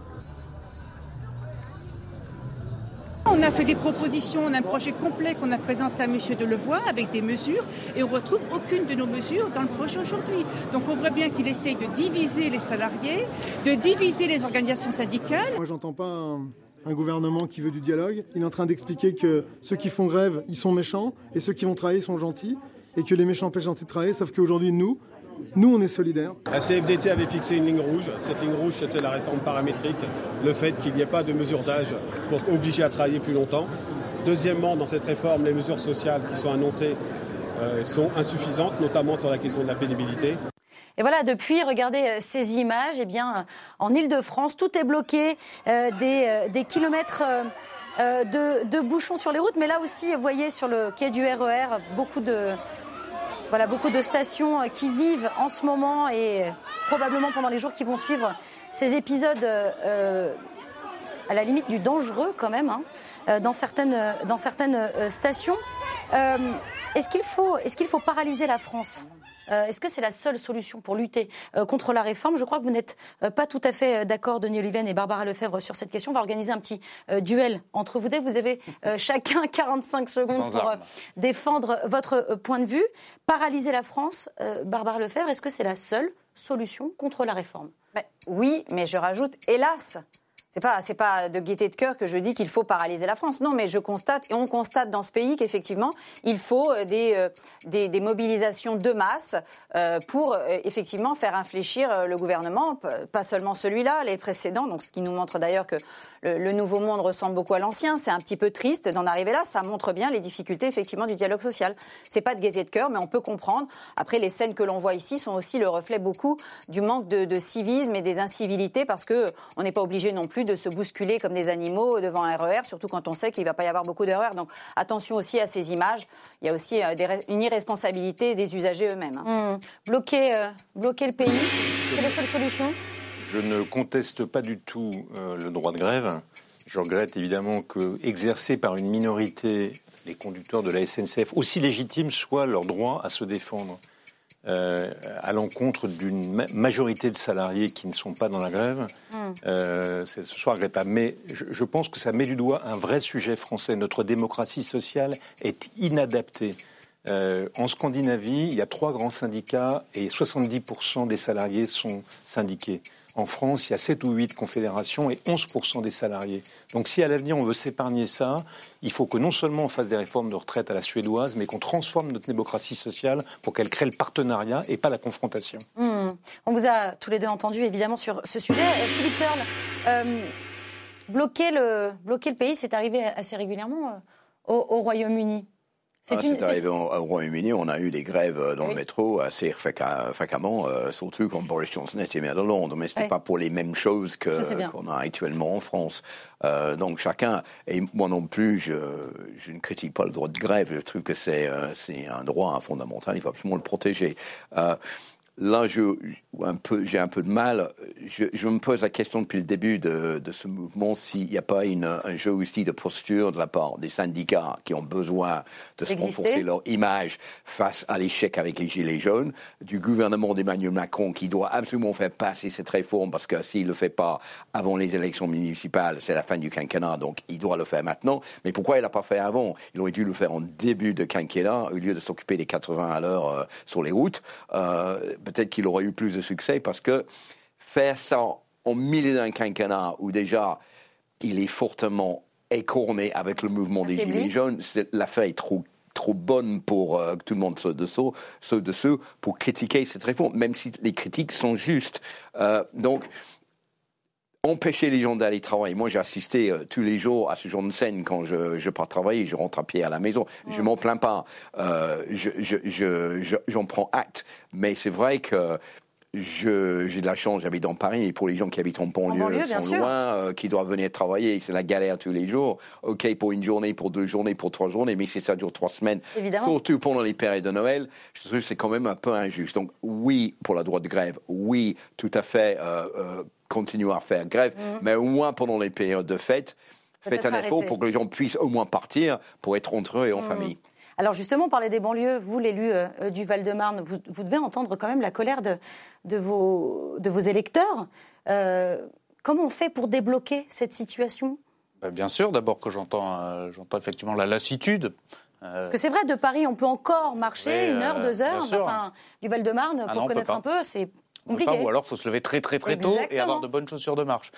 On a fait des propositions, on a un projet complet qu'on a présenté à M. Delevoye avec des mesures et on ne retrouve aucune de nos mesures dans le projet aujourd'hui. Donc on voit bien qu'il essaye de diviser les salariés, de diviser les organisations syndicales. Moi j'entends pas un gouvernement qui veut du dialogue. Il est en train d'expliquer que ceux qui font grève, ils sont méchants et ceux qui vont travailler sont gentils et que les méchants empêchent les gentils de travailler, sauf qu'aujourd'hui nous, on est solidaires. La CFDT avait fixé une ligne rouge. Cette ligne rouge, c'était la réforme paramétrique, le fait qu'il n'y ait pas de mesure d'âge pour obliger à travailler plus longtemps. Deuxièmement, dans cette réforme, les mesures sociales qui sont annoncées sont insuffisantes, notamment sur la question de la pénibilité. Et voilà, depuis, regardez ces images, eh bien, en Île-de-France, tout est bloqué, des kilomètres de bouchons sur les routes, mais là aussi, vous voyez, sur le quai du RER, beaucoup de stations qui vivent en ce moment et probablement pendant les jours qui vont suivre ces épisodes à la limite du dangereux quand même, dans certaines stations. Est-ce qu'il faut paralyser la France ? Est-ce que c'est la seule solution pour lutter contre la réforme ? Je crois que vous n'êtes pas tout à fait d'accord, Denis Oliven et Barbara Lefebvre, sur cette question. On va organiser un petit duel entre vous deux. Vous avez chacun 45 secondes pour défendre votre point de vue. Paralyser la France, Barbara Lefebvre, est-ce que c'est la seule solution contre la réforme ? Oui, mais je rajoute, hélas. C'est pas de gaieté de cœur que je dis qu'il faut paralyser la France. Non, mais je constate, et on constate dans ce pays qu'effectivement, il faut des mobilisations de masse pour effectivement faire infléchir le gouvernement, pas seulement celui-là, les précédents. Donc, ce qui nous montre d'ailleurs que le nouveau monde ressemble beaucoup à l'ancien. C'est un petit peu triste d'en arriver là. Ça montre bien les difficultés effectivement du dialogue social. C'est pas de gaieté de cœur, mais on peut comprendre. Après, les scènes que l'on voit ici sont aussi le reflet beaucoup du manque de civisme et des incivilités, parce que on n'est pas obligé non plus de se bousculer comme des animaux devant un RER, surtout quand on sait qu'il ne va pas y avoir beaucoup d'erreurs. Donc attention aussi à ces images. Il y a aussi une irresponsabilité des usagers eux-mêmes. Bloquer le pays, c'est la seule solution ? Je ne conteste pas du tout le droit de grève. Je regrette évidemment que, exercé par une minorité, les conducteurs de la SNCF, aussi légitimes soient leur droit à se défendre à l'encontre d'une majorité de salariés qui ne sont pas dans la grève, ce soit regrettable. Mais je pense que ça met du doigt un vrai sujet français. Notre démocratie sociale est inadaptée. En Scandinavie, il y a 3 grands syndicats et 70% des salariés sont syndiqués. En France, il y a 7 ou 8 confédérations et 11% des salariés. Donc si à l'avenir on veut s'épargner ça, il faut que non seulement on fasse des réformes de retraite à la suédoise, mais qu'on transforme notre démocratie sociale pour qu'elle crée le partenariat et pas la confrontation. On vous a tous les deux entendus évidemment sur ce sujet. Philippe Turle, bloquer le pays, c'est arrivé assez régulièrement au Royaume-Uni. C'est arrivé au Royaume-Uni, on a eu des grèves dans le métro assez fréquemment, surtout quand Boris Johnson était maire de Londres, mais ce n'était pas pour les mêmes choses qu'on a actuellement en France. Donc chacun, et moi non plus, je ne critique pas le droit de grève, je trouve que c'est un droit fondamental, il faut absolument le protéger. Là, j'ai un peu de mal. Je me pose la question depuis le début de ce mouvement s'il n'y a pas un jeu aussi de posture de la part des syndicats qui ont besoin de se renforcer leur image face à l'échec avec les Gilets jaunes, du gouvernement d'Emmanuel Macron qui doit absolument faire passer cette réforme parce que s'il ne le fait pas avant les élections municipales, c'est la fin du quinquennat, donc il doit le faire maintenant. Mais pourquoi il n'a pas fait avant ? Il aurait dû le faire en début de quinquennat au lieu de s'occuper des 80 à l'heure sur les routes. Peut-être qu'il aurait eu plus de succès parce que faire ça en milieu d'un quinquennat où déjà il est fortement écorné avec le mouvement des Gilets jaunes, l'affaire est trop bonne pour que tout le monde saute dessous pour critiquer cette réforme, même si les critiques sont justes. Donc, empêcher les gens d'aller travailler. Moi, j'ai assisté tous les jours à ce genre de scène quand je pars travailler, je rentre à pied à la maison. Je m'en plains pas. J'en prends acte. Mais c'est vrai que j'ai de la chance, j'habite dans Paris, et pour les gens qui habitent en banlieue sont loin, qui doivent venir travailler, c'est la galère tous les jours. OK, pour une journée, pour 2 journées, pour 3 journées, mais si ça dure 3 semaines, surtout pendant les périodes de Noël, je trouve que c'est quand même un peu injuste. Donc oui, pour la droit de grève, oui, tout à fait, continuer à faire grève, mais au moins pendant les périodes de fête, faites un effort pour que les gens puissent au moins partir pour être entre eux et en famille. Alors justement, parler des banlieues, vous, l'élu du Val-de-Marne, vous devez entendre quand même la colère de vos électeurs. Comment on fait pour débloquer cette situation ? Bien sûr, d'abord que j'entends effectivement la lassitude. Parce que c'est vrai, de Paris, on peut encore marcher 1 heure, 2 heures. Enfin, du Val-de-Marne, pour connaître un peu, c'est compliqué. Ou alors il faut se lever très très très tôt et avoir de bonnes chaussures de marche.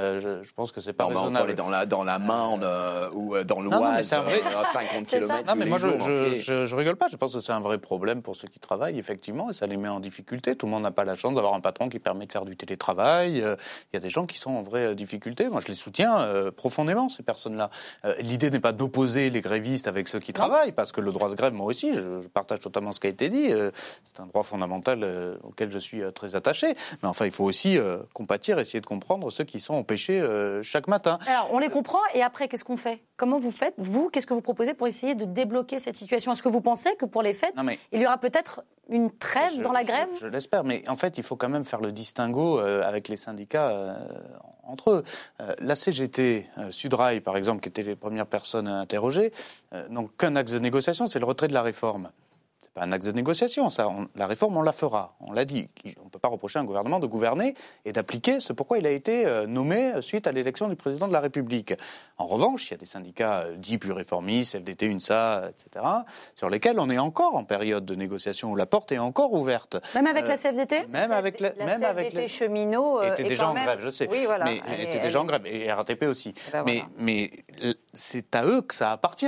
Je pense que c'est pas raisonnable. On peut aller dans la Marne ou dans l'Oise, à 50 km. Non, mais moi je rigole pas. Je pense que c'est un vrai problème pour ceux qui travaillent, effectivement, et ça les met en difficulté. Tout le monde n'a pas la chance d'avoir un patron qui permet de faire du télétravail. Il y a des gens qui sont en vraie difficulté. Moi, je les soutiens profondément, ces personnes-là. L'idée n'est pas d'opposer les grévistes avec ceux qui travaillent, parce que le droit de grève, moi aussi, je partage totalement ce qui a été dit. C'est un droit fondamental auquel je suis très attaché. Mais enfin, il faut aussi compatir, essayer de comprendre ceux qui sont empêchés chaque matin. Alors, on les comprend, et après, qu'est-ce qu'on fait ? Comment vous faites ? Vous, qu'est-ce que vous proposez pour essayer de débloquer cette situation ? Est-ce que vous pensez que pour les fêtes, il y aura peut-être une trêve dans la grève ? Je l'espère, mais en fait, il faut quand même faire le distinguo avec les syndicats entre eux. La CGT, Sudrail, par exemple, qui étaient les premières personnes interrogées, n'ont qu'un axe de négociation, c'est le retrait de la réforme. Un axe de négociation, ça. La réforme, on la fera. On l'a dit. On ne peut pas reprocher à un gouvernement de gouverner et d'appliquer ce pourquoi il a été nommé suite à l'élection du président de la République. En revanche, il y a des syndicats dits plus réformistes, FDT, UNSA, etc., sur lesquels on est encore en période de négociation où la porte est encore ouverte. Même avec la CFDT ? Même avec la CFDT cheminots était déjà en grève, je sais. Oui, voilà. Mais était déjà en grève, et RATP aussi. Mais c'est à eux que ça appartient,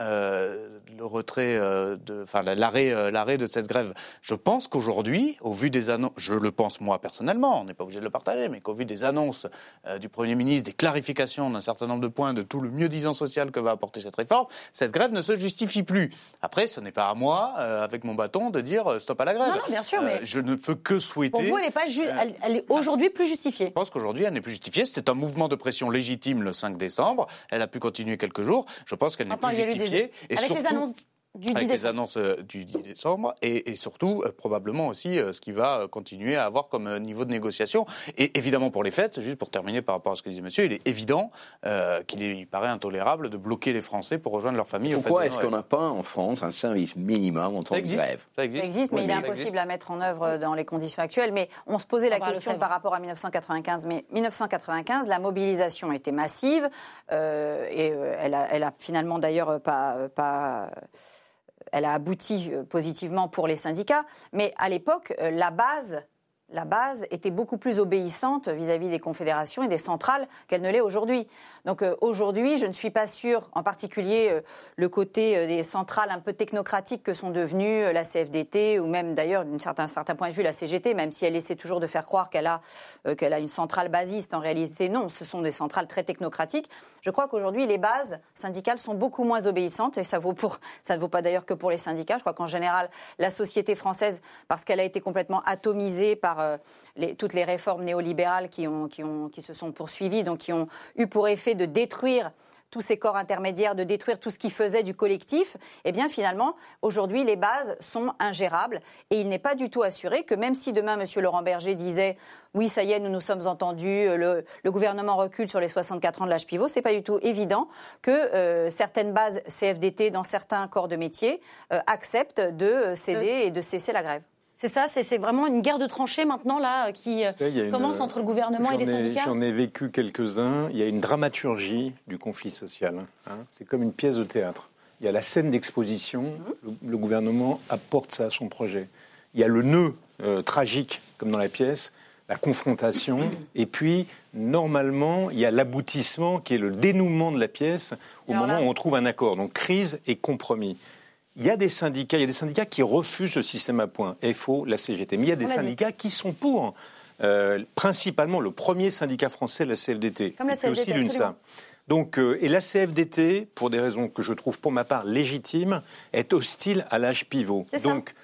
le retrait l'arrêt de cette grève. Je pense qu'aujourd'hui, au vu des annonces, je le pense moi personnellement, on n'est pas obligé de le partager, mais qu'au vu des annonces du Premier ministre, des clarifications d'un certain nombre de points, de tout le mieux-disant social que va apporter cette réforme, cette grève ne se justifie plus. Après, ce n'est pas à moi, avec mon bâton, de dire stop à la grève. Non, bien sûr, mais je ne peux que souhaiter... Pour vous, elle est aujourd'hui plus justifiée. Je pense qu'aujourd'hui, elle n'est plus justifiée. C'était un mouvement de pression légitime le 5 décembre. Elle a pu continuer quelques jours. Je pense qu'elle n'est plus justifiée. Les annonces les annonces du 10 décembre et surtout probablement aussi ce qui va continuer à avoir comme niveau de négociation. Et évidemment pour les fêtes, juste pour terminer par rapport à ce que disait monsieur, il est évident qu'il paraît intolérable de bloquer les Français pour rejoindre leur famille. Pourquoi est-ce qu'on n'a pas en France un service minimum en temps de grève ? Ça existe, mais il est impossible à mettre en œuvre dans les conditions actuelles. Mais on se posait la question par rapport à 1995. Mais 1995, la mobilisation était massive et elle a finalement d'ailleurs elle a abouti positivement pour les syndicats, mais à l'époque, la base la base était beaucoup plus obéissante vis-à-vis des confédérations et des centrales qu'elle ne l'est aujourd'hui. Donc aujourd'hui, je ne suis pas sûre, en particulier le côté des centrales un peu technocratiques que sont devenues la CFDT ou même d'ailleurs d'un certain point de vue la CGT, même si elle essaie toujours de faire croire qu'elle a une centrale basiste. En réalité, non, ce sont des centrales très technocratiques. Je crois qu'aujourd'hui, les bases syndicales sont beaucoup moins obéissantes et ça ne vaut pas d'ailleurs que pour les syndicats. Je crois qu'en général, la société française, parce qu'elle a été complètement atomisée par toutes les réformes néolibérales qui se sont poursuivies, donc qui ont eu pour effet de détruire tous ces corps intermédiaires, de détruire tout ce qui faisait du collectif, eh bien finalement, aujourd'hui, les bases sont ingérables et il n'est pas du tout assuré que même si demain, M. Laurent Berger disait « oui, ça y est, nous nous sommes entendus, le gouvernement recule sur les 64 ans de l'âge pivot », c'est pas du tout évident que certaines bases CFDT dans certains corps de métier acceptent de céder et de cesser la grève. C'est ça, c'est vraiment une guerre de tranchées maintenant là qui commence entre le gouvernement et les syndicats. J'en ai vécu quelques-uns. Il y a une dramaturgie du conflit social. C'est comme une pièce de théâtre. Il y a la scène d'exposition. Le gouvernement apporte ça à son projet. Il y a le nœud tragique, comme dans la pièce, la confrontation. Et puis, normalement, il y a l'aboutissement qui est le dénouement de la pièce au moment où on trouve un accord. Donc, crise et compromis. Il y a des syndicats qui refusent le système à points, FO, la CGT. Mais il y a des syndicats qui sont pour. Principalement, le premier syndicat français, la CFDT. Comme la CFDT, aussi l'UNSA. Donc, et la CFDT, pour des raisons que je trouve pour ma part légitimes, est hostile à l'âge pivot. Donc,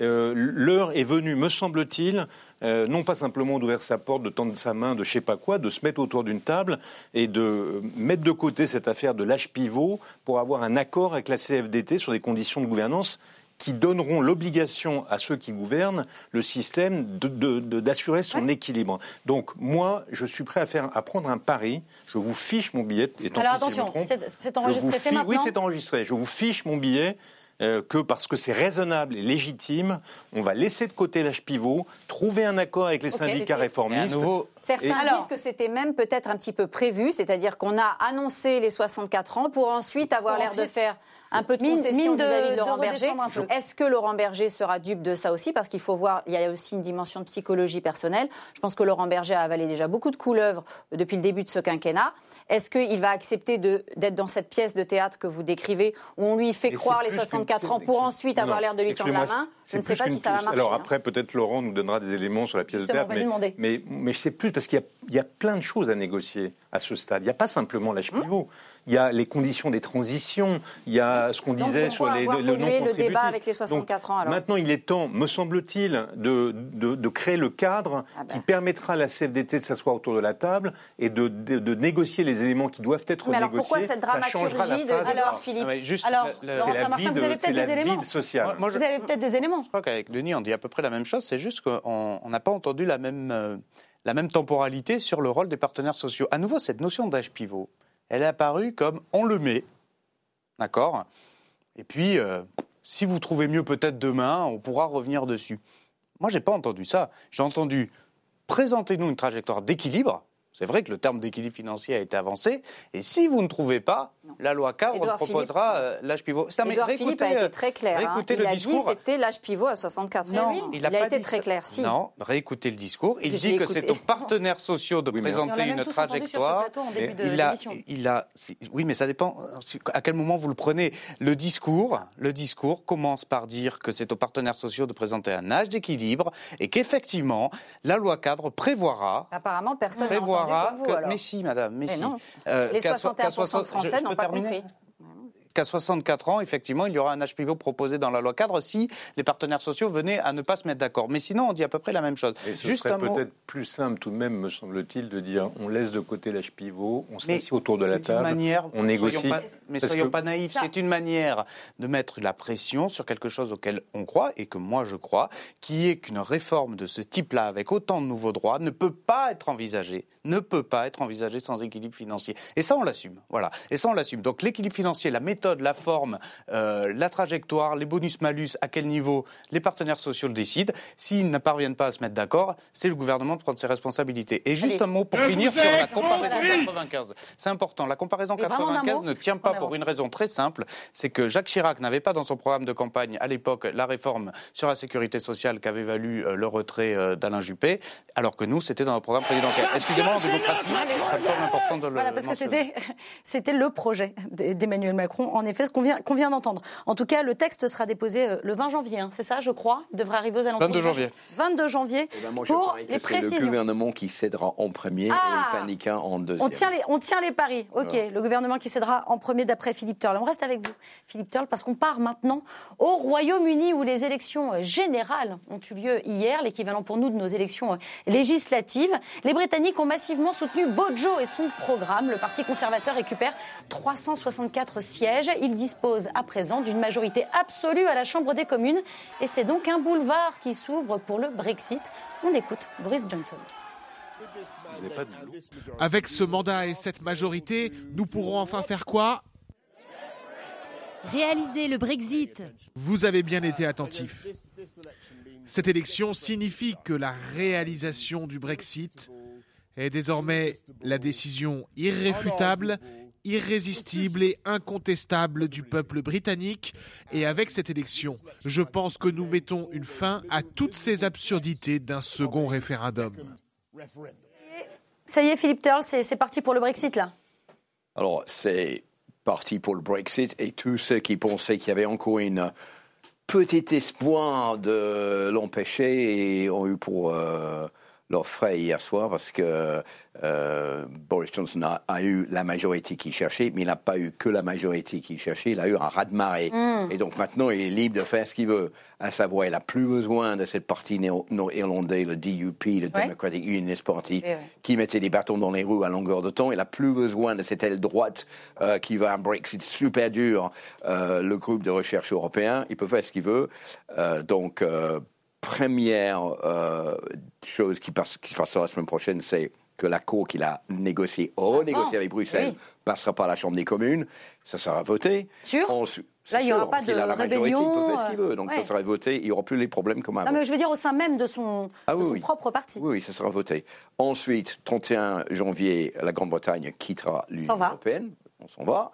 l'heure est venue, me semble-t-il, non pas simplement d'ouvrir sa porte, de tendre sa main, de je sais pas quoi, de se mettre autour d'une table et de mettre de côté cette affaire de l'âge pivot pour avoir un accord avec la CFDT sur des conditions de gouvernance qui donneront l'obligation à ceux qui gouvernent le système d'assurer son équilibre. Donc moi, je suis prêt à prendre un pari. Je vous fiche mon billet. Alors attention, c'est enregistré, c'est maintenant. Oui, c'est enregistré. Je vous fiche mon billet. Que parce que c'est raisonnable et légitime, on va laisser de côté l'âge pivot, trouver un accord avec les syndicats réformistes. Certains disent que c'était même peut-être un petit peu prévu, c'est-à-dire qu'on a annoncé les 64 ans pour ensuite avoir l'air de faire un peu de concession vis-à-vis de Laurent Berger. Est-ce que Laurent Berger sera dupe de ça aussi ? Parce qu'il faut voir, il y a aussi une dimension de psychologie personnelle. Je pense que Laurent Berger a avalé déjà beaucoup de couleuvres depuis le début de ce quinquennat. Est-ce qu'il va accepter d'être dans cette pièce de théâtre que vous décrivez, où on lui fait croire les 64 ans pour ensuite avoir l'air de lui tendre la main ? Je ne sais pas si ça va marcher. Alors après, peut-être Laurent nous donnera des éléments sur la pièce de théâtre, mais je sais plus, parce qu'il y a plein de choses à négocier à ce stade. Il n'y a pas simplement l'âge pivot. Il y a les conditions des transitions, il y a ce qu'on disait sur le non-contributif. Le débat avec les 64 ans, alors. Maintenant, il est temps, me semble-t-il, de créer le cadre qui permettra à la CFDT de s'asseoir autour de la table et de négocier les éléments qui doivent être négociés. Alors pourquoi cette dramaturgie Alors Philippe, Laurent Saint-Martin, vous avez peut-être des éléments. Vous avez peut-être des éléments. Je crois qu'avec Denis, on dit à peu près la même chose, c'est juste qu'on n'a pas entendu la même temporalité sur le rôle des partenaires sociaux. À nouveau, cette notion d'âge pivot, elle est apparue comme on le met, d'accord ? Et puis, si vous trouvez mieux peut-être demain, on pourra revenir dessus. Moi, je n'ai pas entendu ça. J'ai entendu présentez-nous une trajectoire d'équilibre. C'est vrai que le terme d'équilibre financier a été avancé. Et si vous ne trouvez pas, la loi cadre proposera l'âge pivot. Édouard Philippe a été très clair. Il a dit que c'était l'âge pivot à 64 ans. Non, il a été très clair. Si. Non, réécoutez le discours. Il dit que c'est aux partenaires sociaux de présenter une trajectoire. Oui, mais ça dépend à quel moment vous le prenez. Le discours commence par dire que c'est aux partenaires sociaux de présenter un âge d'équilibre et qu'effectivement, la loi cadre prévoira. Apparemment, personne n'a entendu comme vous, alors. Mais si, madame, mais si. Non. Les 61% français n'ont pas compris. Qu'à 64 ans, effectivement, il y aura un âge pivot proposé dans la loi cadre si les partenaires sociaux venaient à ne pas se mettre d'accord. Mais sinon, on dit à peu près la même chose. Et ce serait peut-être plus simple tout de même, me semble-t-il, de dire on laisse de côté l'âge pivot, on s'assied autour de la table, on négocie. Soyons pas naïfs, c'est une manière de mettre la pression sur quelque chose auquel on croit, et que moi je crois, qui est qu'une réforme de ce type-là, avec autant de nouveaux droits, ne peut pas être envisagée sans équilibre financier. Et ça, on l'assume. Voilà. Et ça, on l'assume. Donc l'équilibre financier, la méthode méthode, la forme, la trajectoire, les bonus-malus, à quel niveau les partenaires sociaux le décident. S'ils ne parviennent pas à se mettre d'accord, c'est le gouvernement de prendre ses responsabilités. Et juste un mot pour finir sur la comparaison 95. C'est important. La comparaison 95 ne tient pas pour une raison très simple. C'est que Jacques Chirac n'avait pas dans son programme de campagne, à l'époque, la réforme sur la sécurité sociale qu'avait valu le retrait d'Alain Juppé, alors que nous, c'était dans notre programme présidentiel. Excusez-moi, en démocratie, ça me semble important de le parce mentionner. que c'était le projet d'Emmanuel Macron, en effet, ce qu'on vient d'entendre. En tout cas, le texte sera déposé le 20 janvier, c'est ça, je crois. Il devrait arriver aux alentours 22 janvier. 22 janvier pour les précisions. C'est le gouvernement qui cédera en premier et le syndicat en deuxième. On tient les paris. OK, voilà. Le gouvernement qui cédera en premier d'après Philippe Turle. On reste avec vous, Philippe Turle, parce qu'on part maintenant au Royaume-Uni où les élections générales ont eu lieu hier, l'équivalent pour nous de nos élections législatives. Les Britanniques ont massivement soutenu Bojo et son programme. Le Parti conservateur récupère 364 sièges. Il dispose à présent d'une majorité absolue à la Chambre des communes. Et c'est donc un boulevard qui s'ouvre pour le Brexit. On écoute Boris Johnson. Avec ce mandat et cette majorité, nous pourrons enfin faire quoi ? Réaliser le Brexit. Vous avez bien été attentifs. Cette élection signifie que la réalisation du Brexit est désormais la décision irréfutable, irrésistible et incontestable du peuple britannique. Et avec cette élection, je pense que nous mettons une fin à toutes ces absurdités d'un second référendum. Ça y est, Philippe Turle, c'est parti pour le Brexit, là. Alors, c'est parti pour le Brexit et tous ceux qui pensaient qu'il y avait encore une petit espoir de l'empêcher ont eu pour leur frais hier soir parce que Boris Johnson a eu la majorité qu'il cherchait, mais il n'a pas eu que la majorité qu'il cherchait, il a eu un raz-de-marée. Et donc maintenant, il est libre de faire ce qu'il veut. À savoir, il n'a plus besoin de cette partie nord-irlandais, le DUP, le Democratic Unionist Party, qui mettait des bâtons dans les roues à longueur de temps. Il n'a plus besoin de cette aile droite qui va un Brexit super dur, le groupe de recherche européen. Il peut faire ce qu'il veut. Première chose qui se passera la semaine prochaine, c'est que l'accord qu'il a renégocié avec Bruxelles passera par la Chambre des communes. Ça sera voté. Sûr ? Là, il n'y aura pas de rébellion. Il peut faire ce qu'il veut. Donc, ça sera voté. Il n'y aura plus les problèmes comme avant. Non, mais je veux dire au sein même de son propre parti. Oui, ça sera voté. Ensuite, 31 janvier, la Grande-Bretagne quittera l'Union européenne. On s'en va.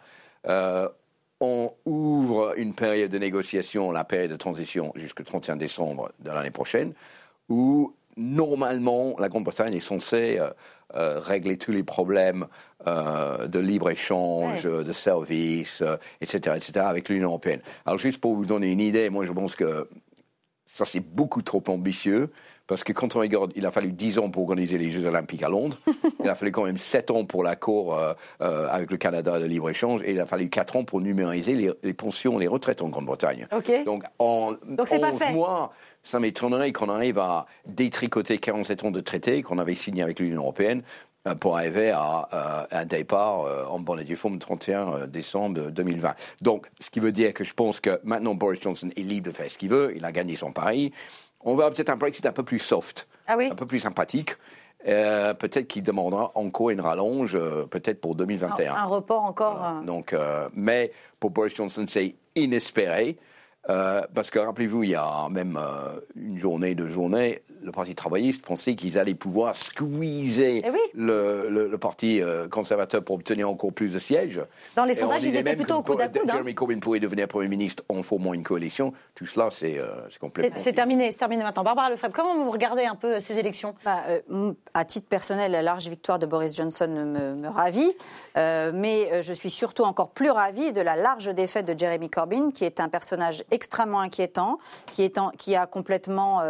On ouvre une période de négociation, la période de transition, jusqu'au 31 décembre de l'année prochaine, où normalement la Grande-Bretagne est censée régler tous les problèmes de libre-échange, de services, etc., avec l'Union européenne. Alors juste pour vous donner une idée, moi je pense que ça c'est beaucoup trop ambitieux. Parce que quand on regarde, il a fallu 10 ans pour organiser les Jeux Olympiques à Londres. Il a fallu quand même 7 ans pour l'accord avec le Canada de libre-échange. Et il a fallu 4 ans pour numériser les pensions, les retraites en Grande-Bretagne. Okay. Donc en c'est 11 mois, ça m'étonnerait qu'on arrive à détricoter 47 ans de traité qu'on avait signé avec l'Union européenne pour arriver à un départ en bonne et due forme le 31 décembre 2020. Donc, ce qui veut dire que je pense que maintenant Boris Johnson est libre de faire ce qu'il veut. Il a gagné son pari. On va peut-être un Brexit un peu plus soft, un peu plus sympathique. Peut-être qu'il demandera encore une rallonge, peut-être pour 2021. Un report encore. Donc, mais pour Boris Johnson, c'est inespéré. Parce que rappelez-vous, il y a même une journée, 2 journées, le Parti travailliste pensait qu'ils allaient pouvoir squeezer le Parti conservateur pour obtenir encore plus de sièges. Dans les sondages, ils étaient plutôt au coude à coude. Jeremy Corbyn pourrait devenir Premier ministre en formant une coalition. Tout cela, c'est complètement... C'est terminé maintenant. Barbara Lefebvre, comment vous regardez un peu ces élections ? À titre personnel, la large victoire de Boris Johnson me ravit, mais je suis surtout encore plus ravie de la large défaite de Jeremy Corbyn, qui est un personnage extrêmement inquiétant, qui a complètement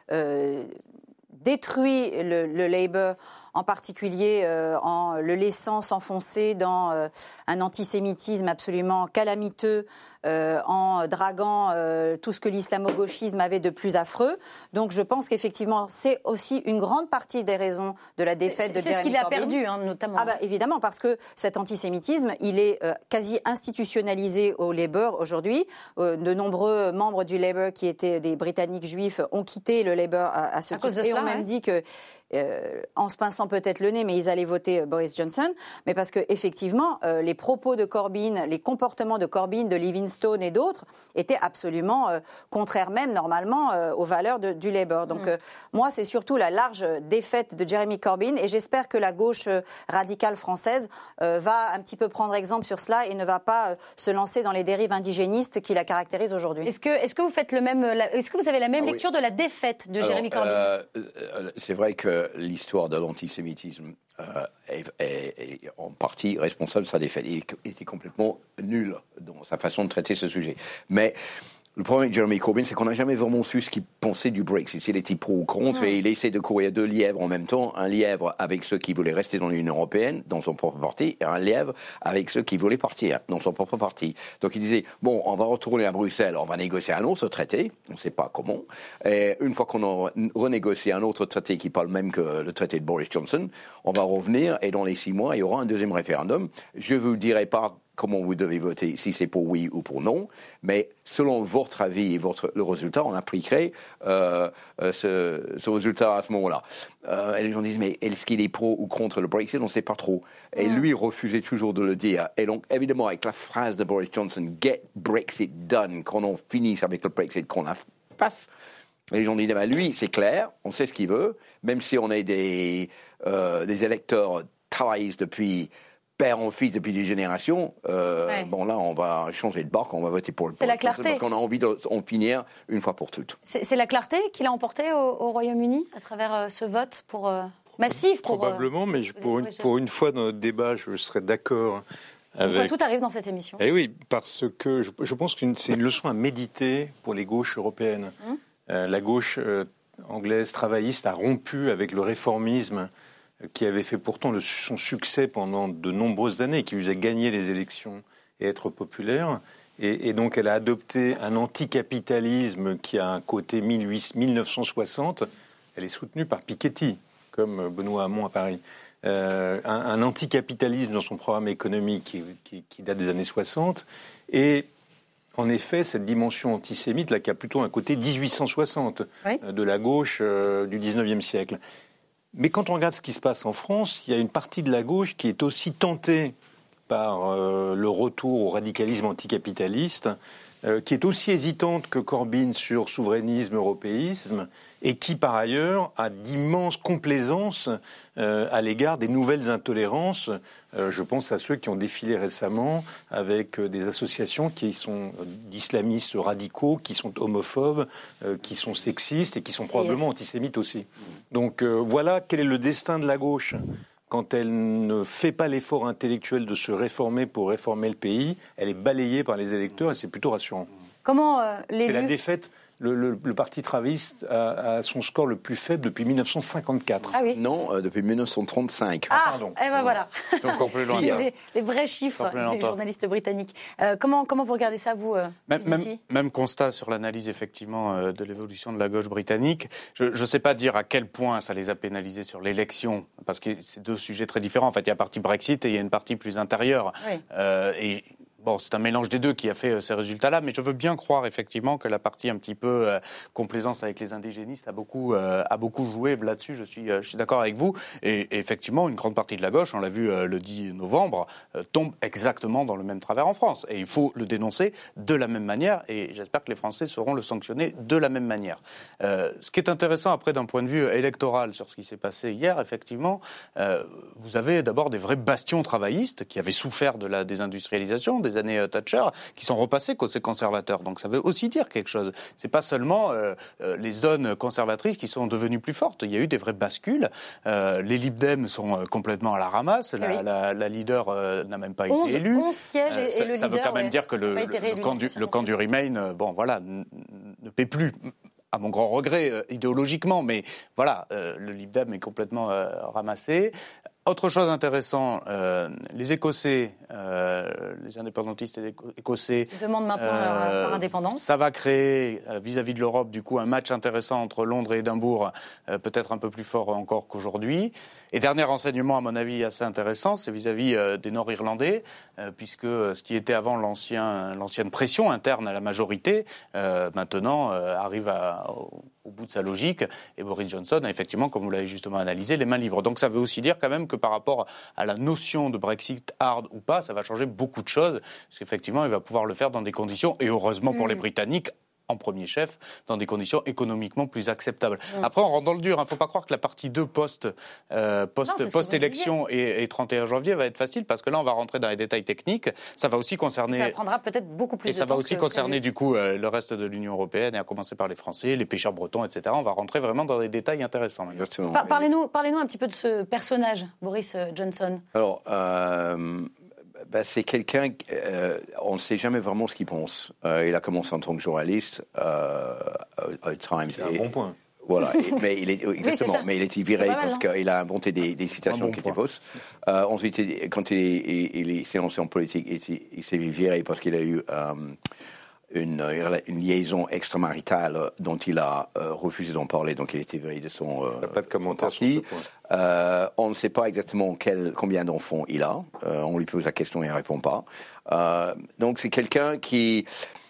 détruit le Labour, en particulier en le laissant s'enfoncer dans un antisémitisme absolument calamiteux en draguant tout ce que l'islamo-gauchisme avait de plus affreux. Donc je pense qu'effectivement, c'est aussi une grande partie des raisons de la défaite de Jeremy Corbyn. C'est ce qu'il a perdu, notamment. Ah bah, évidemment, parce que cet antisémitisme, il est quasi institutionnalisé au Labour aujourd'hui. De nombreux membres du Labour qui étaient des Britanniques juifs ont quitté le Labour à ce titre et ont même dit que, en se pinçant peut-être le nez, mais ils allaient voter Boris Johnson. Mais parce que effectivement, les propos de Corbyn, les comportements de Corbyn, de Livingstone et d'autres étaient absolument contraires même normalement aux valeurs du Labour. Donc moi, c'est surtout la large défaite de Jeremy Corbyn et j'espère que la gauche radicale française va un petit peu prendre exemple sur cela et ne va pas se lancer dans les dérives indigénistes qui la caractérisent aujourd'hui. Est-ce que vous faites est-ce que vous avez la même lecture de la défaite de Jeremy Corbyn? C'est vrai que l'histoire de l'antisémitisme est en partie responsable de sa défaite. Il était complètement nul dans sa façon de traiter ce sujet. Mais le problème avec Jeremy Corbyn, c'est qu'on n'a jamais vraiment su ce qu'il pensait du Brexit. S'il était pro ou contre, et il essaie de courir deux lièvres en même temps. Un lièvre avec ceux qui voulaient rester dans l'Union européenne, dans son propre parti, et un lièvre avec ceux qui voulaient partir, dans son propre parti. Donc il disait, bon, on va retourner à Bruxelles, on va négocier un autre traité, on ne sait pas comment. Et une fois qu'on a renégocié un autre traité qui parle même que le traité de Boris Johnson, on va revenir, et dans les 6 mois, il y aura un deuxième référendum. Je ne vous dirai pas comment vous devez voter, si c'est pour oui ou pour non, mais selon votre avis et le résultat, on appliquerait ce résultat à ce moment-là. Et les gens disent, mais est-ce qu'il est pro ou contre le Brexit? On ne sait pas trop. Et lui refusait toujours de le dire. Et donc, évidemment, avec la phrase de Boris Johnson, « Get Brexit done », qu'on en finisse avec le Brexit, qu'on la fasse. Et les gens disent, lui, c'est clair, on sait ce qu'il veut, même si on est des électeurs travaillistes depuis père en fils depuis des générations, bon là on va changer de barque, on va voter pour le C'est la clarté. Parce qu'on a envie d'en finir une fois pour toutes. C'est la clarté qu'il a emporté au Royaume-Uni à travers ce vote massif pour... Probablement, mais pour une fois dans notre débat, je serais d'accord avec... Tout arrive dans cette émission. Eh oui, parce que je pense que c'est une leçon à méditer pour les gauches européennes. La gauche anglaise travailliste a rompu avec le réformisme qui avait fait pourtant son succès pendant de nombreuses années, qui lui a gagné les élections et être populaire. Et donc elle a adopté un anticapitalisme qui a un côté 1960. Elle est soutenue par Piketty, comme Benoît Hamon à Paris. Un anticapitalisme dans son programme économique qui date des années 60. Et en effet, cette dimension antisémite, là, qui a plutôt un côté 1860 de la gauche du 19e siècle. Mais quand on regarde ce qui se passe en France, il y a une partie de la gauche qui est aussi tentée par le retour au radicalisme anticapitaliste, qui est aussi hésitante que Corbyn sur souverainisme, européisme, et qui, par ailleurs, a d'immenses complaisances à l'égard des nouvelles intolérances. Je pense à ceux qui ont défilé récemment avec des associations qui sont d'islamistes radicaux, qui sont homophobes, qui sont sexistes et qui sont probablement antisémites aussi. Donc voilà quel est le destin de la gauche. Quand elle ne fait pas l'effort intellectuel de se réformer pour réformer le pays, elle est balayée par les électeurs et c'est plutôt rassurant. Comment c'est la défaite. Le parti travailliste a son score le plus faible depuis 1954. Ah oui. Non, depuis 1935. Pardon. Eh ben voilà. C'est encore plus loin. Les vrais chiffres du journaliste britannique. Comment vous regardez ça, vous, ici ? Même constat sur l'analyse, effectivement, de l'évolution de la gauche britannique. Je ne sais pas dire à quel point ça les a pénalisés sur l'élection, parce que c'est deux sujets très différents. En fait, il y a la partie Brexit et il y a une partie plus intérieure. Oui. Bon, c'est un mélange des deux qui a fait ces résultats-là, mais je veux bien croire effectivement que la partie un petit peu complaisance avec les indigénistes a beaucoup joué là-dessus. Je suis d'accord avec vous. Et effectivement, une grande partie de la gauche, on l'a vu le 10 novembre, tombe exactement dans le même travers en France. Et il faut le dénoncer de la même manière. Et j'espère que les Français sauront le sanctionner de la même manière. Ce qui est intéressant après d'un point de vue électoral sur ce qui s'est passé hier, effectivement, vous avez d'abord des vrais bastions travaillistes qui avaient souffert de la désindustrialisation, des années Thatcher, qui sont repassés côté conservateur. Donc ça veut aussi dire quelque chose. C'est pas seulement les zones conservatrices qui sont devenues plus fortes. Il y a eu des vraies bascules. Les Lib Dem sont complètement à la ramasse. La leader n'a même pas été élue. 11 sièges et le leader... Ça veut quand même dire que le camp du Remain, ne paie plus. À mon grand regret, idéologiquement, mais voilà, le Lib Dem est complètement ramassé. Autre chose intéressante, les Écossais, les indépendantistes écossais demandent maintenant leur indépendance. Ça va créer, vis-à-vis de l'Europe, du coup, un match intéressant entre Londres et Édimbourg, peut-être un peu plus fort encore qu'aujourd'hui. Et dernier renseignement, à mon avis, assez intéressant, c'est vis-à-vis des Nord-Irlandais, puisque ce qui était avant l'ancienne pression interne à la majorité, maintenant arrive au bout de sa logique, et Boris Johnson a effectivement, comme vous l'avez justement analysé, les mains libres. Donc ça veut aussi dire quand même que par rapport à la notion de Brexit hard ou pas, ça va changer beaucoup de choses, parce qu'effectivement, il va pouvoir le faire dans des conditions, et heureusement pour les Britanniques, en premier chef, dans des conditions économiquement plus acceptables. Après, on rentre dans le dur. Il ne faut pas croire que la partie 2 post-élection et 31 janvier va être facile, parce que là, on va rentrer dans les détails techniques. Ça va aussi concerner... Ça prendra peut-être beaucoup plus de temps. Et ça va aussi concerner, du coup, le reste de l'Union européenne, et à commencer par les Français, les pêcheurs bretons, etc. On va rentrer vraiment dans des détails intéressants. Parlez-nous un petit peu de ce personnage, Boris Johnson. Alors... c'est quelqu'un, on ne sait jamais vraiment ce qu'il pense. Il a commencé en tant que journaliste au Times. C'est un bon point. Voilà, mais il est exactement, mais il était viré parce qu'il a inventé des citations qui étaient fausses. Ensuite, quand il s'est lancé en politique, il s'est viré parce qu'il a eu une liaison extramaritale dont il a refusé d'en parler, donc il était viré de son pas de commentaire sur ce point. On ne sait pas exactement combien d'enfants il a. On lui pose la question et il ne répond pas. Donc c'est quelqu'un qui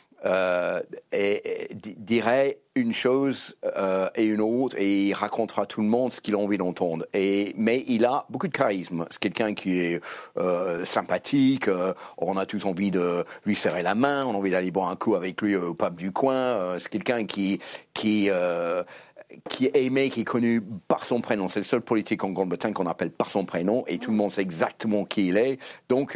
dirait une chose et une autre, et il racontera à tout le monde ce qu'il a envie d'entendre. Mais il a beaucoup de charisme. C'est quelqu'un qui est sympathique. On a tous envie de lui serrer la main. On a envie d'aller boire un coup avec lui au pub du coin. C'est quelqu'un qui est aimé, qui est connu par son prénom. C'est le seul politique en Grande-Bretagne qu'on appelle par son prénom, et tout le monde sait exactement qui il est. Donc,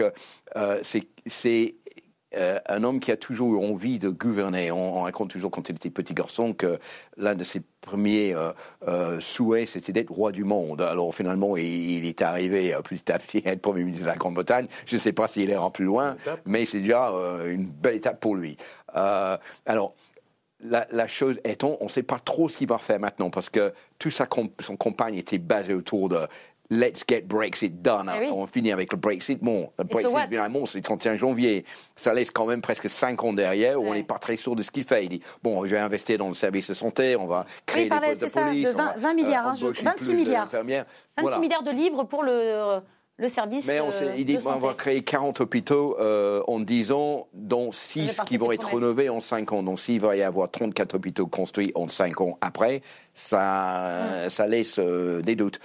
c'est un homme qui a toujours eu envie de gouverner. On raconte toujours, quand il était petit garçon, que l'un de ses premiers souhaits, c'était d'être roi du monde. Alors finalement, il est arrivé petit à petit à être Premier ministre de la Grande-Bretagne. Je ne sais pas s'il ira plus loin, mais c'est déjà une belle étape pour lui. Alors, la chose étant, on ne sait pas trop ce qu'il va faire maintenant, parce que toute son campagne était basée autour de Let's get Brexit done. Oui. On finit avec le Brexit. Bon, le Brexit, finalement, c'est le 31 janvier. Ça laisse quand même presque 5 ans derrière où on n'est pas très sûr de ce qu'il fait. Il dit, bon, je vais investir dans le service de santé, on va créer des postes de police. De 20 milliards, 26 milliards. 26 milliards de livres pour le service mais il dit qu'on va créer 40 hôpitaux en 10 ans, dont 6 qui vont être rénovés en 5 ans. Donc s'il va y avoir 34 hôpitaux construits en 5 ans après, ça laisse des doutes.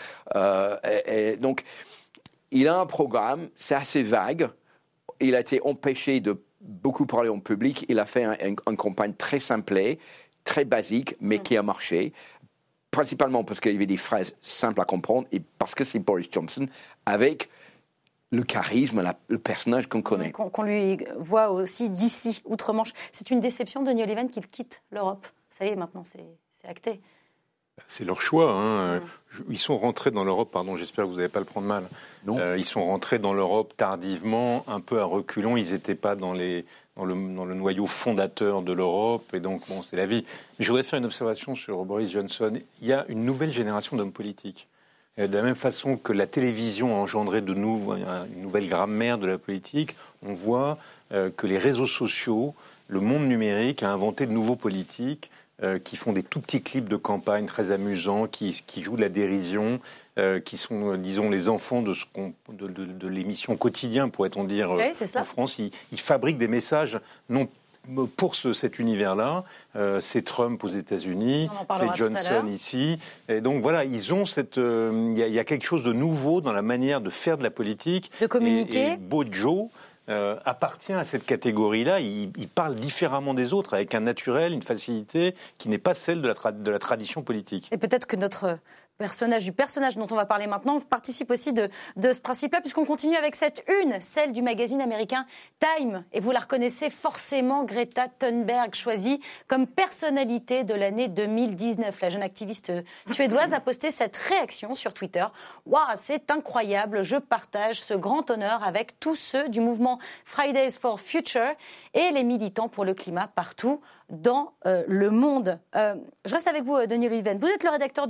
Donc il a un programme, c'est assez vague. Il a été empêché de beaucoup parler en public. Il a fait une campagne très simplée, très basique, mais qui a marché. Principalement parce qu'il y avait des phrases simples à comprendre, et parce que c'est Boris Johnson, avec le charisme, le personnage qu'on connaît. Qu'on lui voit aussi d'ici, outre-Manche. C'est une déception, Denis Oliven, qu'il quitte l'Europe. Ça y est, maintenant, c'est acté. C'est leur choix. Hein. Ils sont rentrés dans l'Europe, pardon, j'espère que vous n'allez pas le prendre mal. Non. Ils sont rentrés dans l'Europe tardivement, un peu à reculons. Ils n'étaient pas dans le noyau fondateur de l'Europe, et donc, bon, c'est la vie. Mais je voudrais faire une observation sur Boris Johnson. Il y a une nouvelle génération d'hommes politiques. De la même façon que la télévision a engendré une nouvelle grammaire de la politique, on voit que les réseaux sociaux, le monde numérique a inventé de nouveaux politiques qui font des tout petits clips de campagne très amusants, qui jouent de la dérision, qui sont, disons, les enfants de l'émission Quotidien, pourrait-on dire, en France. Ils fabriquent des messages non pour cet univers-là. C'est Trump aux États-Unis, c'est Johnson ici. Et donc voilà, ils ont il y a quelque chose de nouveau dans la manière de faire de la politique. De communiquer. Et Bojo appartient à cette catégorie-là. Il parle différemment des autres, avec un naturel, une facilité qui n'est pas celle de la tradition politique. Et peut-être que notre du personnage dont on va parler maintenant, participe aussi de ce principe-là, puisqu'on continue avec cette une, celle du magazine américain Time. Et vous la reconnaissez forcément, Greta Thunberg, choisie comme personnalité de l'année 2019. La jeune activiste suédoise a posté cette réaction sur Twitter. « Waouh, c'est incroyable, je partage ce grand honneur avec tous ceux du mouvement Fridays for Future et les militants pour le climat partout dans Le Monde. Je reste avec vous, Denis Oliven. Vous êtes le rédacteur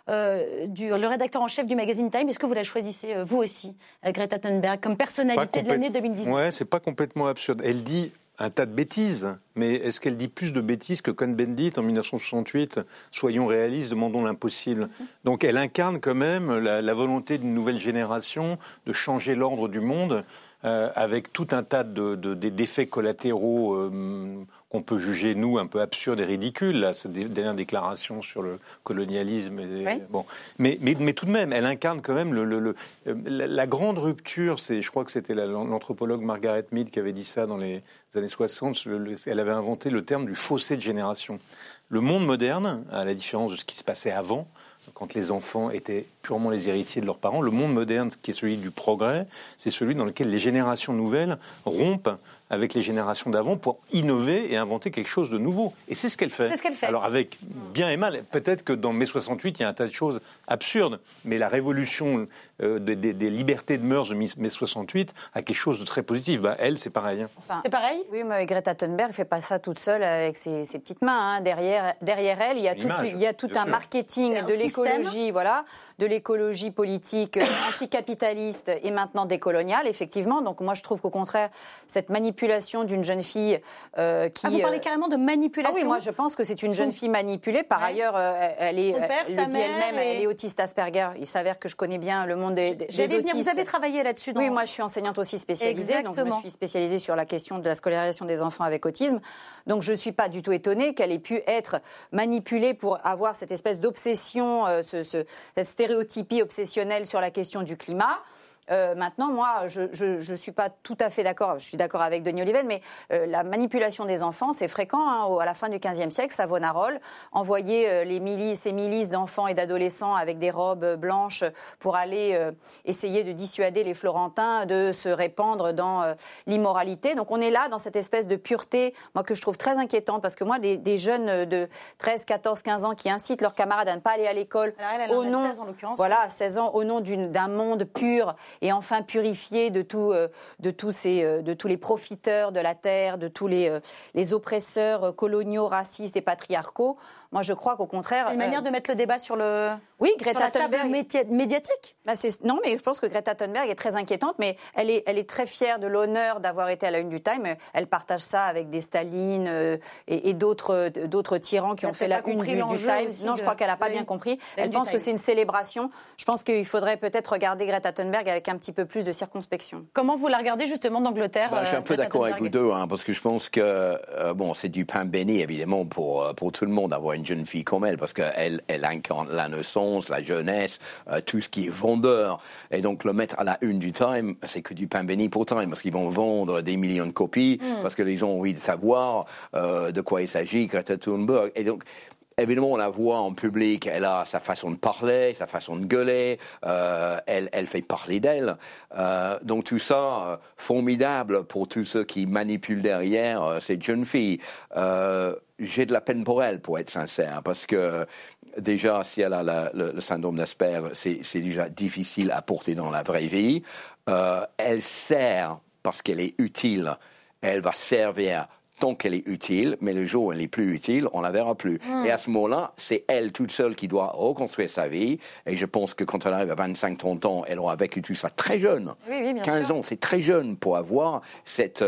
le rédacteur en chef du magazine Time. Est-ce que vous la choisissez, vous aussi, Greta Thunberg, comme personnalité de l'année 2019 ? Ouais, c'est pas complètement absurde. Elle dit un tas de bêtises, mais est-ce qu'elle dit plus de bêtises que Cohn-Bendit en 1968 ? Soyons réalistes, demandons l'impossible. Donc elle incarne quand même la volonté d'une nouvelle génération de changer l'ordre du monde, avec tout un tas d'effets collatéraux qu'on peut juger, nous, un peu absurdes et ridicules, là, ces dernières déclarations sur le colonialisme. Bon. Mais tout de même, elle incarne quand même la grande rupture. Je crois que c'était l'anthropologue Margaret Mead qui avait dit ça dans les années 60. Elle avait inventé le terme du fossé de génération. Le monde moderne, à la différence de ce qui se passait avant, quand les enfants étaient purement les héritiers de leurs parents, le monde moderne, qui est celui du progrès, c'est celui dans lequel les générations nouvelles rompent avec les générations d'avant pour innover et inventer quelque chose de nouveau. Et c'est ce qu'elle fait. C'est ce qu'elle fait. Alors avec bien et mal, peut-être que dans mai 68, il y a un tas de choses absurdes, mais la révolution des libertés de mœurs de mai 68 a quelque chose de très positif. Elle, c'est pareil. Enfin, c'est pareil ? Oui, mais Greta Thunberg ne fait pas ça toute seule avec ses petites mains. Derrière elle, il y a tout un marketing de l'écologie, de l'écologie politique anticapitaliste et maintenant décoloniale, effectivement. Donc moi, je trouve qu'au contraire, cette manipulation d'une jeune fille qui... vous parlez carrément de manipulation ? Ah oui, moi je pense que c'est une jeune fille manipulée. Par ailleurs, elle dit elle-même, elle est autiste Asperger. Il s'avère que je connais bien le monde des autistes. Vous avez travaillé là-dessus. Oui, moi je suis enseignante aussi spécialisée. Exactement. Donc je me suis spécialisée sur la question de la scolarisation des enfants avec autisme. Donc je ne suis pas du tout étonnée qu'elle ait pu être manipulée pour avoir cette espèce d'obsession, cette stéréotypie obsessionnelle sur la question du climat. Maintenant, moi, je suis pas tout à fait d'accord. Je suis d'accord avec Denis Oliven, mais la manipulation des enfants, c'est fréquent. À la fin du XVe siècle, Savonarola envoyait ces milices d'enfants et d'adolescents avec des robes blanches pour aller essayer de dissuader les Florentins de se répandre dans l'immoralité. Donc, on est là dans cette espèce de pureté, moi, que je trouve très inquiétante, parce que moi, des jeunes de 13, 14, 15 ans qui incitent leurs camarades à ne pas aller à l'école au nom, 16 en l'occurrence. Voilà, 16 ans, au nom d'un monde pur et enfin purifié de tous les profiteurs de la terre, de tous les oppresseurs coloniaux, racistes et patriarcaux. Moi, je crois qu'au contraire... C'est une manière de mettre le débat sur Greta Thunberg médiatique. Non, mais je pense que Greta Thunberg est très inquiétante, mais elle est très fière de l'honneur d'avoir été à la une du Time. Elle partage ça avec des Staline et d'autres tyrans qui ont fait la une du Time. Non, je crois qu'elle n'a pas bien compris. Elle pense que c'est une célébration. Je pense qu'il faudrait peut-être regarder Greta Thunberg avec un petit peu plus de circonspection. Comment vous la regardez justement d'Angleterre Je suis un peu d'accord avec vous deux, parce que je pense que c'est du pain béni évidemment pour tout le monde d'avoir une jeune fille comme elle, parce qu'elle incarne l'innocence, la jeunesse, tout ce qui est vendeur. Et donc le mettre à la une du Time, c'est que du pain béni pour Time, parce qu'ils vont vendre des millions de copies, parce que les gens ont envie de savoir de quoi il s'agit, Greta Thunberg. Et donc évidemment, on la voit en public, elle a sa façon de parler, sa façon de gueuler, elle fait parler d'elle. Donc tout ça, formidable pour tous ceux qui manipulent derrière cette jeune fille. J'ai de la peine pour elle, pour être sincère, parce que déjà, si elle a le syndrome d'Asperger, c'est déjà difficile à porter dans la vraie vie. Elle sert parce qu'elle est utile. Elle va servir tant qu'elle est utile, mais le jour où elle n'est plus utile, on la verra plus. Et à ce moment-là, c'est elle toute seule qui doit reconstruire sa vie. Et je pense que quand elle arrive à 25-30 ans, elle aura vécu tout ça très jeune. Oui, bien 15 sûr. ans, c'est très jeune pour avoir cette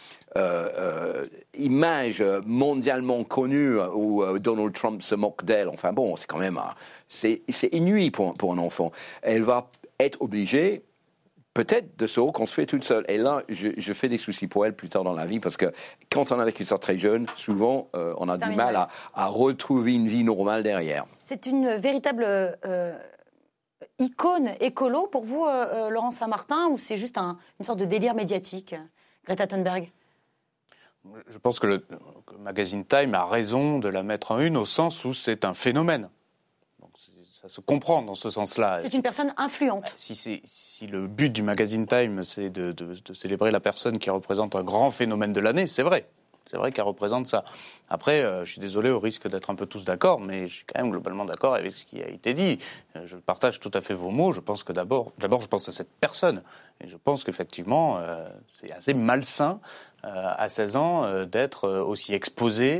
image mondialement connue où Donald Trump se moque d'elle. Enfin bon, c'est quand même c'est inouï pour un enfant. Elle va être obligée peut-être de se reconstruire toute seule. Et là, je fais des soucis pour elle plus tard dans la vie, parce que quand on a vécu ça très jeune, souvent, on a du mal à retrouver une vie normale derrière. C'est une véritable icône écolo pour vous, Laurent Saint-Martin, ou c'est juste une sorte de délire médiatique, Greta Thunberg ? Je pense que le magazine Time a raison de la mettre en une, au sens où c'est un phénomène. Donc ça se comprend dans ce sens-là. C'est une personne influente. Si le but du magazine Time, c'est de célébrer la personne qui représente un grand phénomène de l'année, c'est vrai. C'est vrai qu'elle représente ça. Après, je suis désolé, au risque d'être un peu tous d'accord, mais je suis quand même globalement d'accord avec ce qui a été dit. Je partage tout à fait vos mots. Je pense que d'abord, je pense à cette personne. Et je pense qu'effectivement, c'est assez malsain à 16 ans d'être aussi exposé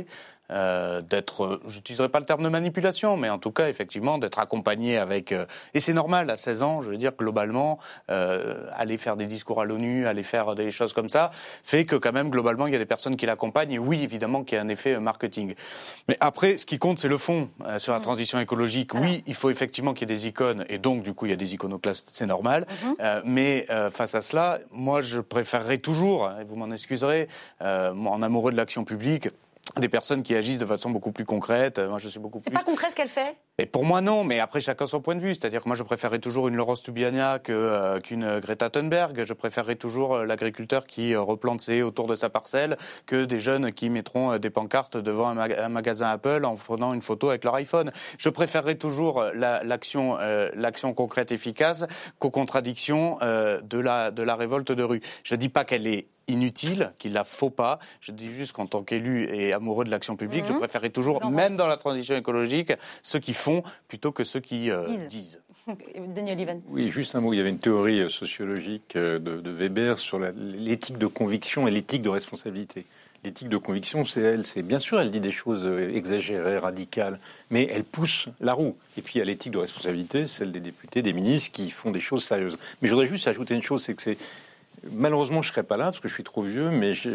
d'être, j'utiliserai pas le terme de manipulation, mais en tout cas, effectivement, d'être accompagné avec... et c'est normal, à 16 ans, je veux dire, globalement, aller faire des discours à l'ONU, aller faire des choses comme ça, fait que quand même, globalement, il y a des personnes qui l'accompagnent, et oui, évidemment, qu'il y a un effet marketing. Mais après, ce qui compte, c'est le fond. Sur la transition écologique, oui, il faut effectivement qu'il y ait des icônes, et donc, du coup, il y a des iconoclastes, c'est normal. Mais face à cela, moi, je préférerais toujours, et vous m'en excuserez, en amoureux de l'action publique, des personnes qui agissent de façon beaucoup plus concrète. Moi, je suis beaucoup plus... C'est pas concret ce qu'elle fait ? Et pour moi, non, mais après, chacun son point de vue. C'est-à-dire que moi, je préférerais toujours une Laurence Tubiana qu'une Greta Thunberg. Je préférerais toujours l'agriculteur qui replante ses haies autour de sa parcelle que des jeunes qui mettront des pancartes devant un magasin Apple en prenant une photo avec leur iPhone. Je préférerais toujours l'action concrète efficace qu'aux contradictions de la révolte de rue. Je dis pas qu'elle est inutile, qu'il la faut pas. Je dis juste qu'en tant qu'élu et amoureux de l'action publique, je préférerais toujours, même dans la transition écologique, ceux qui font plutôt que ceux qui disent. Denis Oliven. Oui, juste un mot. Il y avait une théorie sociologique de Weber sur l'éthique de conviction et l'éthique de responsabilité. L'éthique de conviction, c'est bien sûr, elle dit des choses exagérées, radicales, mais elle pousse la roue. Et puis il y a l'éthique de responsabilité, celle des députés, des ministres qui font des choses sérieuses. Mais je voudrais juste ajouter une chose, c'est que c'est... Malheureusement, je ne serai pas là parce que je suis trop vieux, mais je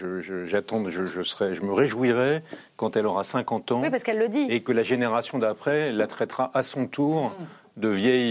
me réjouirai quand elle aura 50 ans. Oui, parce qu'elle le dit. Et que la génération d'après la traitera à son tour de vieille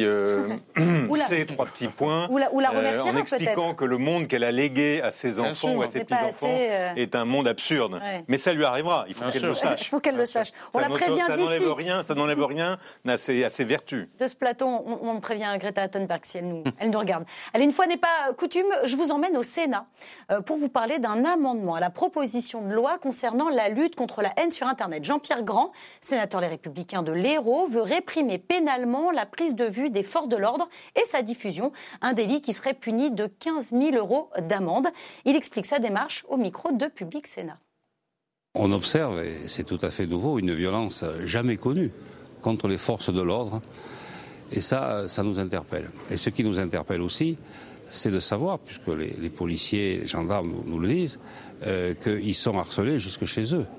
C, 3 petits points, ou la remerciera, en expliquant que le monde qu'elle a légué à ses enfants ou à ses petits-enfants est un monde absurde. Ouais. Mais ça lui arrivera, il faut qu'elle le sache. Il faut qu'elle le sache. On la prévient d'ici. Ça n'enlève rien à ses vertus. De ce plateau, on prévient Greta Thunberg si elle nous regarde. Allez, une fois n'est pas coutume, je vous emmène au Sénat pour vous parler d'un amendement à la proposition de loi concernant la lutte contre la haine sur Internet. Jean-Pierre Grand, sénateur Les Républicains de l'Hérault, veut réprimer pénalement la prise de vue des forces de l'ordre et sa diffusion, un délit qui serait puni de 15 000 € d'amende. Il explique sa démarche au micro de Public Sénat. On observe, et c'est tout à fait nouveau, une violence jamais connue contre les forces de l'ordre. Et ça nous interpelle. Et ce qui nous interpelle aussi, c'est de savoir, puisque les policiers, les gendarmes nous le disent, qu'ils sont harcelés jusque chez eux.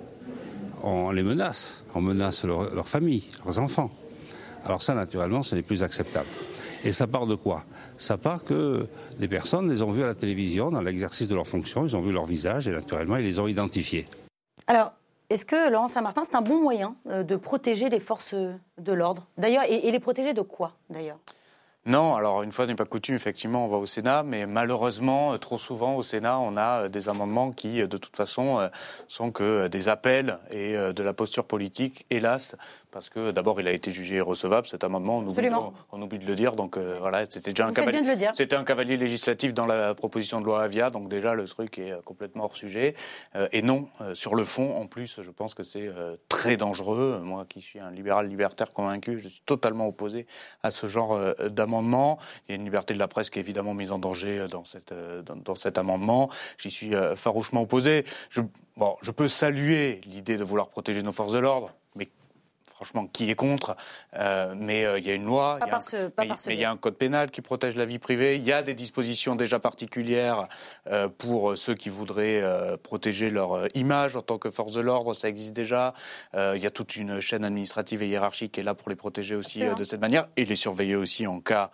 On les menace, on menace leur famille, leurs enfants. Alors ça, naturellement, ce n'est plus acceptable. Et ça part de quoi ? Ça part que des personnes les ont vus à la télévision, dans l'exercice de leurs fonctions, ils ont vu leur visage et naturellement, ils les ont identifiés. Alors, est-ce que, Laurent Saint-Martin, c'est un bon moyen de protéger les forces de l'ordre ? D'ailleurs, et les protéger de quoi, d'ailleurs ? Non, alors une fois n'est pas coutume, effectivement, on va au Sénat, mais malheureusement, trop souvent au Sénat, on a des amendements qui, de toute façon, sont que des appels et de la posture politique, hélas, parce que d'abord, il a été jugé irrecevable, cet amendement, on oublie de le dire, donc voilà, c'était déjà un cavalier législatif dans la proposition de loi Avia, donc déjà le truc est complètement hors sujet. Et non, sur le fond, en plus, je pense que c'est très dangereux. Moi qui suis un libéral libertaire convaincu, je suis totalement opposé à ce genre d'amendement. Il y a une liberté de la presse qui est évidemment mise en danger dans cet amendement. J'y suis farouchement opposé. Je peux saluer l'idée de vouloir protéger nos forces de l'ordre, mais franchement, qui est contre ? Mais il y a une loi, il y a un code pénal qui protège la vie privée. Il y a des dispositions déjà particulières pour ceux qui voudraient protéger leur image en tant que force de l'ordre. Ça existe déjà. Il y a toute une chaîne administrative et hiérarchique qui est là pour les protéger aussi de cette manière et les surveiller aussi en cas,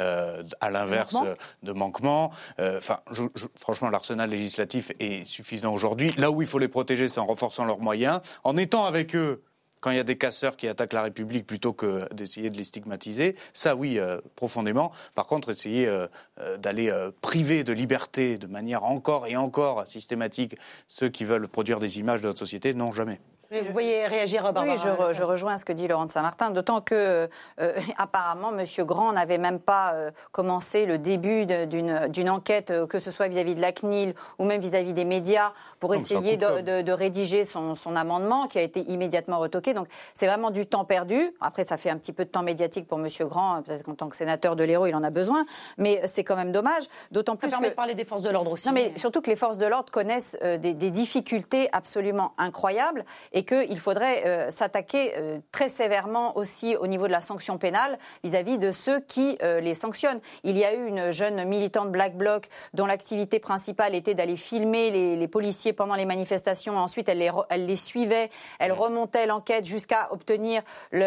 à l'inverse, de manquement. Franchement, l'arsenal législatif est suffisant aujourd'hui. Là où il faut les protéger, c'est en renforçant leurs moyens, en étant avec eux quand il y a des casseurs qui attaquent la République plutôt que d'essayer de les stigmatiser, ça oui, profondément. Par contre, essayer d'aller priver de liberté de manière encore et encore systématique ceux qui veulent produire des images de notre société, non, jamais. Vous voyez réagir, Barbara. Oui, je rejoins ce que dit Laurent Saint-Martin, d'autant que apparemment M. Grand n'avait même pas commencé le début d'une enquête, que ce soit vis-à-vis de la CNIL ou même vis-à-vis des médias, pour essayer de rédiger son amendement qui a été immédiatement retoqué. Donc c'est vraiment du temps perdu. Après, ça fait un petit peu de temps médiatique pour M. Grand, peut-être qu'en tant que sénateur de l'Hérault, il en a besoin, mais c'est quand même dommage. D'autant plus ça permet de parler des forces de l'ordre aussi. Non, mais surtout que les forces de l'ordre connaissent des difficultés absolument incroyables. et qu'il faudrait s'attaquer très sévèrement aussi au niveau de la sanction pénale vis-à-vis de ceux qui les sanctionnent. Il y a eu une jeune militante Black Bloc dont l'activité principale était d'aller filmer les policiers pendant les manifestations. Ensuite, elle les suivait, elle remontait l'enquête jusqu'à obtenir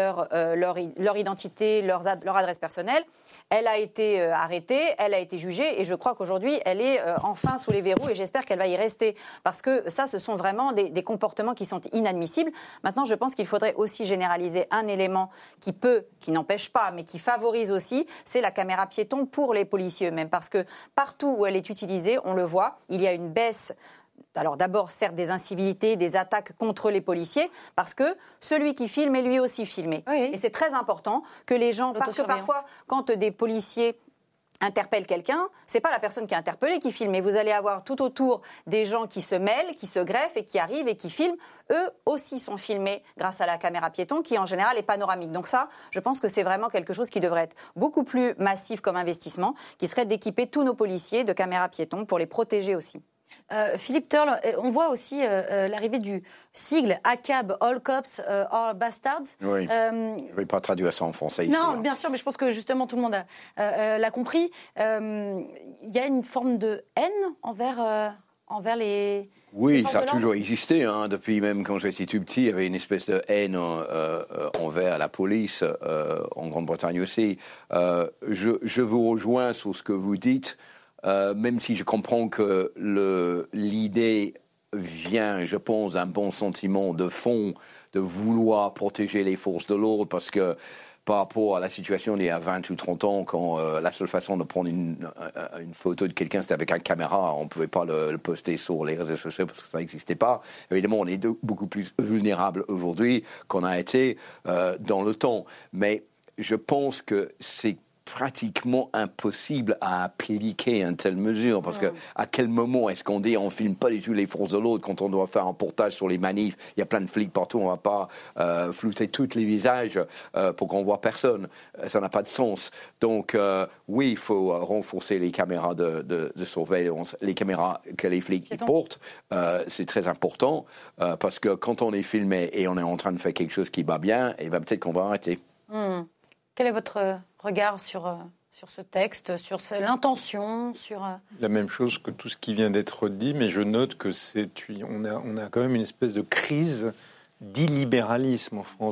leur identité, leur adresse personnelle. Elle a été arrêtée, elle a été jugée et je crois qu'aujourd'hui, elle est enfin sous les verrous et j'espère qu'elle va y rester parce que ça, ce sont vraiment des comportements qui sont inadmissibles. Maintenant, je pense qu'il faudrait aussi généraliser un élément qui n'empêche pas, mais qui favorise aussi, c'est la caméra piéton pour les policiers eux-mêmes parce que partout où elle est utilisée, on le voit, il y a une baisse. Alors d'abord, certes, des incivilités, des attaques contre les policiers, parce que celui qui filme est lui aussi filmé. Oui. Et c'est très important que les gens... Parce que parfois, quand des policiers interpellent quelqu'un, c'est pas la personne qui est interpellée qui filme, mais vous allez avoir tout autour des gens qui se mêlent, qui se greffent et qui arrivent et qui filment. Eux aussi sont filmés grâce à la caméra piéton qui, en général, est panoramique. Donc ça, je pense que c'est vraiment quelque chose qui devrait être beaucoup plus massif comme investissement, qui serait d'équiper tous nos policiers de caméras piétons pour les protéger aussi. Philippe Turle, on voit aussi l'arrivée du sigle ACAB, All Cops Are Bastards. Oui, je ne vais pas traduire ça en français ici. Non, bien sûr, mais je pense que justement tout le monde l'a compris. Il y a une forme de haine envers les... Oui, ça a toujours existé. Depuis même quand j'étais tout petit, il y avait une espèce de haine envers la police, en Grande-Bretagne aussi. Je vous rejoins sur ce que vous dites. Même si je comprends que l'idée vient, je pense, d'un bon sentiment de fond, de vouloir protéger les forces de l'ordre, parce que par rapport à la situation d'il y a 20 ou 30 ans, quand la seule façon de prendre une photo de quelqu'un, c'était avec une caméra, on ne pouvait pas le poster sur les réseaux sociaux parce que ça n'existait pas. Évidemment, on est beaucoup plus vulnérable aujourd'hui qu'on a été dans le temps. Mais je pense que c'est pratiquement impossible à appliquer une telle mesure, parce que à quel moment est-ce qu'on dit on filme pas du tout les forces de l'ordre quand on doit faire un reportage sur les manifs, il y a plein de flics partout, on va pas flouter tous les visages pour qu'on voit personne, ça n'a pas de sens. Donc oui, il faut renforcer les caméras de surveillance, les caméras que les flics portent, c'est très important, parce que quand on est filmé et on est en train de faire quelque chose qui va bien, et ben peut-être qu'on va arrêter. Quel est votre regard sur ce texte, sur l'intention, sur... La même chose que tout ce qui vient d'être dit, mais je note que on a quand même une espèce de crise d'illibéralisme en France.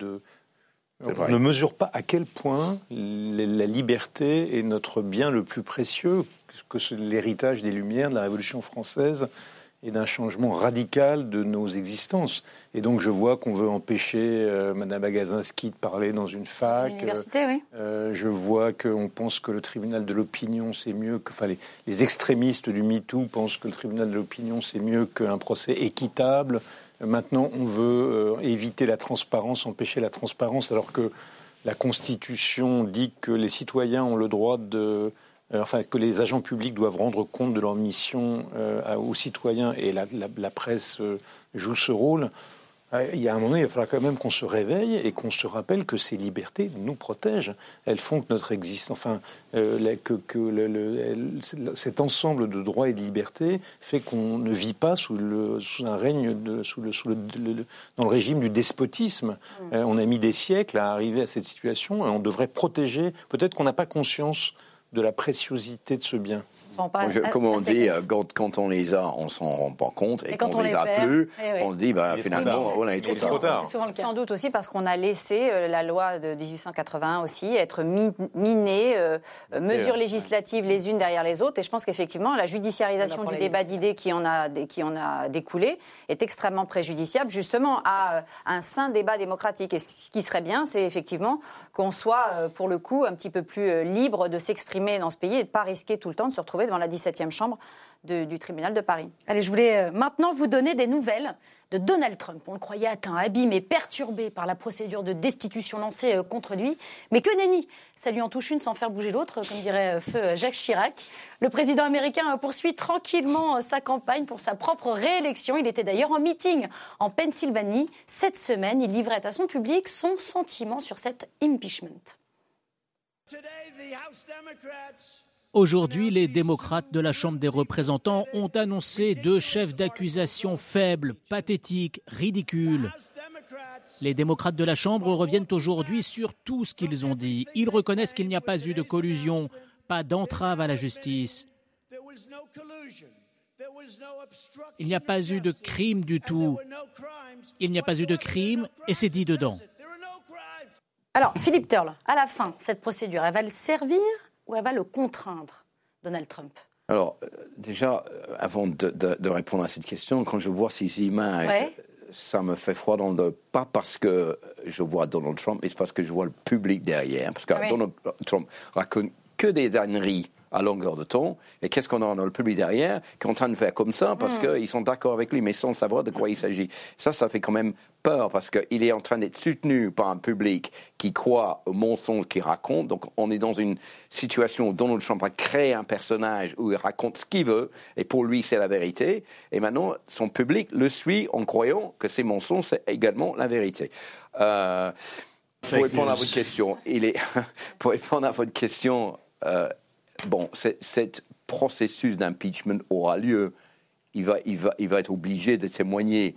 On ne mesure pas à quel point la liberté est notre bien le plus précieux, que l'héritage des Lumières, de la Révolution française, et d'un changement radical de nos existences. Et donc je vois qu'on veut empêcher Madame Agazinski de parler dans une fac. Une université, oui. Je vois qu'on pense que le tribunal de l'opinion, c'est mieux que... Enfin, les extrémistes du MeToo pensent que le tribunal de l'opinion, c'est mieux qu'un procès équitable. Maintenant, on veut éviter la transparence, empêcher la transparence, alors que la Constitution dit que les citoyens ont le droit que les agents publics doivent rendre compte de leur mission aux citoyens, et la presse joue ce rôle. Il y a un moment, il va falloir quand même qu'on se réveille et qu'on se rappelle que ces libertés nous protègent. Elles font que notre existence, cet ensemble de droits et de libertés fait qu'on ne vit pas sous un règne, dans le régime du despotisme. On a mis des siècles à arriver à cette situation et on devrait protéger. Peut-être qu'on n'a pas conscience de la préciosité de ce bien. Comme on dit, quand on les a, on s'en rend pas compte, et quand on les a plus, on se dit finalement, on est trop tard. Sans doute aussi parce qu'on a laissé la loi de 1881 aussi être minée, mesures législatives les unes derrière les autres, et je pense qu'effectivement la judiciarisation du débat d'idées qui en a découlé est extrêmement préjudiciable justement à un sain débat démocratique. Et ce qui serait bien, c'est effectivement qu'on soit pour le coup un petit peu plus libre de s'exprimer dans ce pays et de ne pas risquer tout le temps de se retrouver devant la 17e chambre du tribunal de Paris. Allez, je voulais maintenant vous donner des nouvelles de Donald Trump. On le croyait atteint, abîmé, perturbé par la procédure de destitution lancée contre lui. Mais que nenni, ça lui en touche une sans faire bouger l'autre, comme dirait feu Jacques Chirac. Le président américain poursuit tranquillement sa campagne pour sa propre réélection. Il était d'ailleurs en meeting en Pennsylvanie. Cette semaine, il livrait à son public son sentiment sur cet impeachment. Today, the House Democrats Aujourd'hui, les démocrates de la Chambre des représentants ont annoncé 2 chefs d'accusation faibles, pathétiques, ridicules. Les démocrates de la Chambre reviennent aujourd'hui sur tout ce qu'ils ont dit. Ils reconnaissent qu'il n'y a pas eu de collusion, pas d'entrave à la justice. Il n'y a pas eu de crime du tout. Il n'y a pas eu de crime et c'est dit dedans. Alors, Philippe Turle, à la fin, cette procédure, elle va le servir ou elle va le contraindre, Donald Trump ? Alors, déjà, avant de répondre à cette question, quand je vois ces images, ça me fait froid dans le dos. Pas parce que je vois Donald Trump, mais c'est parce que je vois le public derrière. Parce que Donald Trump raconte que des âneries à longueur de temps. Et qu'est-ce qu'on a dans le public derrière qui est en train de faire comme ça parce qu'ils sont d'accord avec lui, mais sans savoir de quoi il s'agit. Ça fait quand même peur parce qu'il est en train d'être soutenu par un public qui croit aux mensonges qu'il raconte. Donc on est dans une situation où Donald Trump a créé un personnage où il raconte ce qu'il veut et pour lui c'est la vérité. Et maintenant son public le suit en croyant que ces mensonges c'est également la vérité. Pour répondre à votre question, bon, cet processus d'impeachment aura lieu. Il va être obligé de témoigner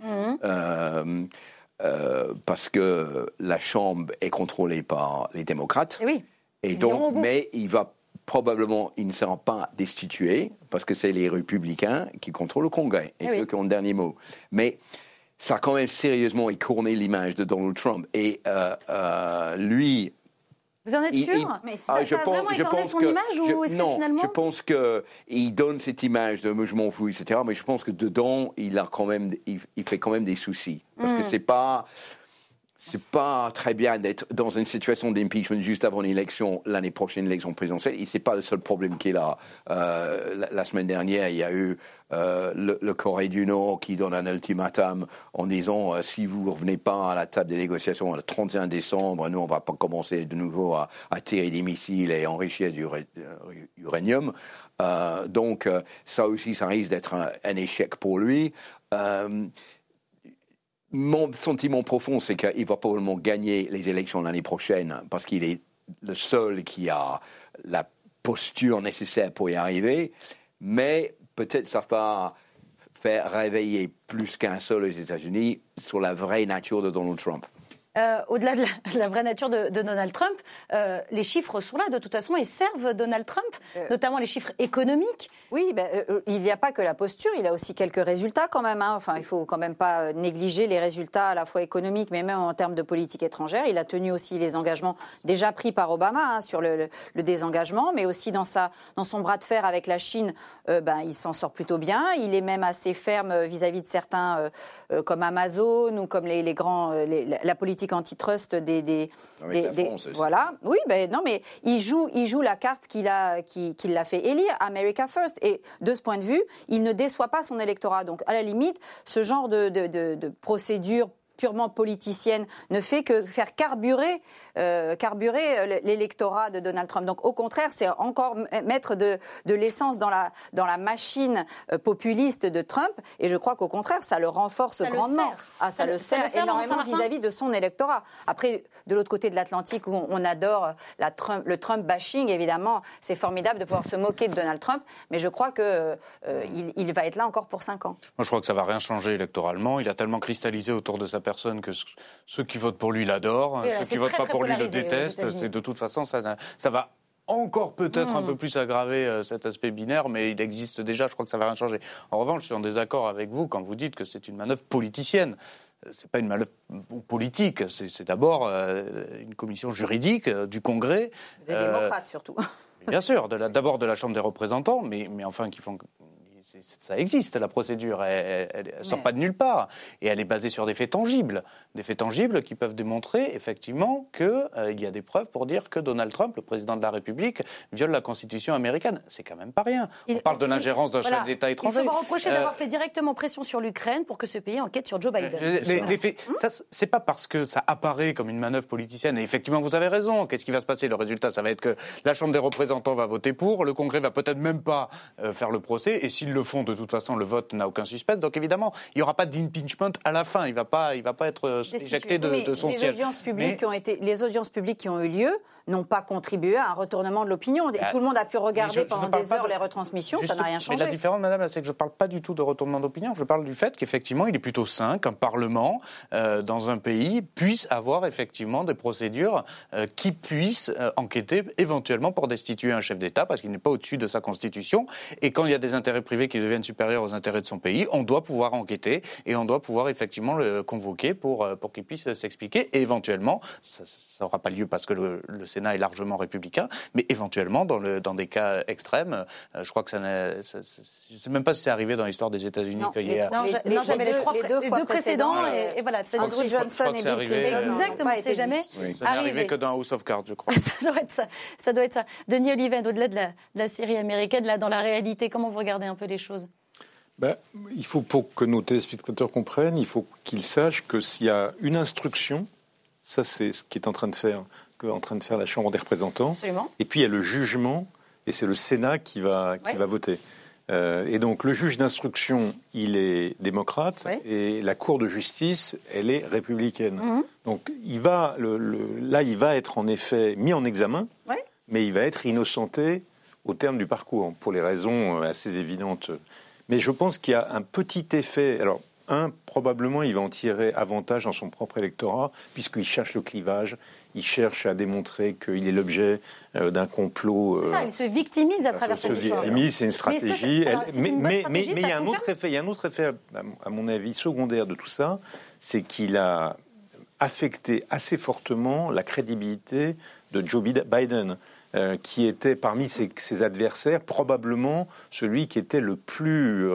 parce que la Chambre est contrôlée par les démocrates. Et donc, mais il ne sera pas destitué parce que c'est les républicains qui contrôlent le Congrès et ceux qui ont le dernier mot. Mais ça a quand même sérieusement écorné l'image de Donald Trump. Et lui... Vous en êtes sûr? Mais ça a vraiment écorné son image ou est-ce que finalement... Je pense qu'il donne cette image de « je m'en fous », etc. Mais je pense que dedans, il fait quand même des soucis. Parce que c'est pas très bien d'être dans une situation d'impeachment juste avant l'élection, l'année prochaine, l'élection présidentielle. Et c'est pas le seul problème qu'il a. La semaine dernière, il y a eu le Corée du Nord qui donne un ultimatum en disant si vous ne revenez pas à la table des négociations le 31 décembre, nous, on ne va pas commencer de nouveau à tirer des missiles et enrichir du uranium. Donc, ça aussi, ça risque d'être un échec pour lui. Mon sentiment profond, c'est qu'il va probablement gagner les élections l'année prochaine parce qu'il est le seul qui a la posture nécessaire pour y arriver. Mais peut-être ça va faire réveiller plus qu'un seul aux États-Unis sur la vraie nature de Donald Trump. Au-delà de la vraie nature de Donald Trump, les chiffres sont là de toute façon et servent Donald Trump, notamment les chiffres économiques. Oui, il n'y a pas que la posture, il a aussi quelques résultats quand même. Enfin, il ne faut quand même pas négliger les résultats à la fois économiques, mais même en termes de politique étrangère. Il a tenu aussi les engagements déjà pris par Obama sur le désengagement, mais aussi dans son bras de fer avec la Chine, il s'en sort plutôt bien. Il est même assez ferme vis-à-vis de certains comme Amazon ou comme les grands, la politique antitrust des France aussi. Voilà. Oui, non, mais il joue la carte qu'il l'a fait élire, America First. Et de ce point de vue, il ne déçoit pas son électorat. Donc, à la limite, ce genre de procédure purement politicienne ne fait que faire carburer l'électorat de Donald Trump. Donc au contraire, c'est encore mettre de l'essence dans la machine populiste de Trump. Et je crois qu'au contraire, ça le renforce grandement. Ça le sert énormément vis-à-vis de son électorat. Après, de l'autre côté de l'Atlantique, où on adore le Trump bashing, évidemment, c'est formidable de pouvoir se moquer de Donald Trump. Mais je crois qu'il va être là encore pour 5 ans. Moi, je crois que ça ne va rien changer électoralement. Il a tellement cristallisé autour de sa personne que ceux qui votent pour lui l'adorent, ceux qui votent pas pour lui le détestent. C'est de toute façon, ça va encore peut-être un peu plus aggraver cet aspect binaire, mais il existe déjà, je crois que ça va rien changer. En revanche, je suis en désaccord avec vous quand vous dites que c'est une manœuvre politicienne. C'est pas une manœuvre politique, c'est d'abord une commission juridique du Congrès. Des démocrates surtout. Bien sûr, d'abord de la Chambre des représentants, mais enfin qui font... Ça existe, la procédure, elle ne sort pas de nulle part. Et elle est basée sur des faits tangibles qui peuvent démontrer effectivement qu'il y a des preuves pour dire que Donald Trump, le président de la République, viole la Constitution américaine. C'est quand même pas rien. On parle de l'ingérence d'un chef d'État étranger. Il se va reprocher d'avoir fait directement pression sur l'Ukraine pour que ce pays enquête sur Joe Biden. Les faits, c'est pas parce que ça apparaît comme une manœuvre politicienne. Et effectivement, vous avez raison. Qu'est-ce qui va se passer? Le résultat, ça va être que la Chambre des représentants va voter pour, le Congrès va peut-être même pas faire le procès, et s'il le fond, de toute façon, le vote n'a aucun suspense. Donc évidemment, il n'y aura pas d'impeachment à la fin. Il ne va pas être éjecté de son siège. Les audiences publiques qui ont eu lieu n'ont pas contribué à un retournement de l'opinion. Et tout le monde a pu regarder pendant des heures les retransmissions, ça n'a rien changé. Mais la différence, madame, c'est que je ne parle pas du tout de retournement d'opinion. Je parle du fait qu'effectivement, il est plutôt sain qu'un Parlement, dans un pays, puisse avoir effectivement des procédures qui puissent enquêter éventuellement pour destituer un chef d'État, parce qu'il n'est pas au-dessus de sa Constitution. Et quand il y a des intérêts privés qui deviennent supérieurs aux intérêts de son pays, on doit pouvoir enquêter et on doit pouvoir effectivement le convoquer pour qu'il puisse s'expliquer. Et éventuellement, ça n'aura pas lieu parce que le Sénat est largement républicain, mais éventuellement, dans des cas extrêmes, je crois que je ne sais même pas si c'est arrivé dans l'histoire des États-Unis. Jamais les deux précédents. Et voilà, c'est Andrew Johnson et Bill Clinton. Exactement, c'est jamais arrivé. Ça n'est arrivé que dans House of Cards, je crois. Ça doit être ça. Denis Oliven, au-delà de la série américaine, là, dans la réalité, comment vous regardez un peu les choses ? Il faut, pour que nos téléspectateurs comprennent, il faut qu'ils sachent que s'il y a une instruction, ça c'est ce qui est en train de faire la Chambre des représentants. Absolument. Et puis il y a le jugement, et c'est le Sénat qui va voter. Et donc le juge d'instruction, il est démocrate, et la Cour de justice, elle est républicaine. Mm-hmm. Donc il va être en effet mis en examen, mais il va être innocenté au terme du parcours, pour les raisons assez évidentes. Mais je pense qu'il y a un petit effet. Alors, probablement, il va en tirer avantage dans son propre électorat, puisqu'il cherche le clivage, il cherche à démontrer qu'il est l'objet d'un complot. C'est ça, il se victimise à travers cette histoire. Il se victimise, c'est une stratégie. Mais il y a un autre effet, à mon avis, secondaire de tout ça, c'est qu'il a affecté assez fortement la crédibilité de Joe Biden, qui était parmi ses adversaires probablement celui qui était le plus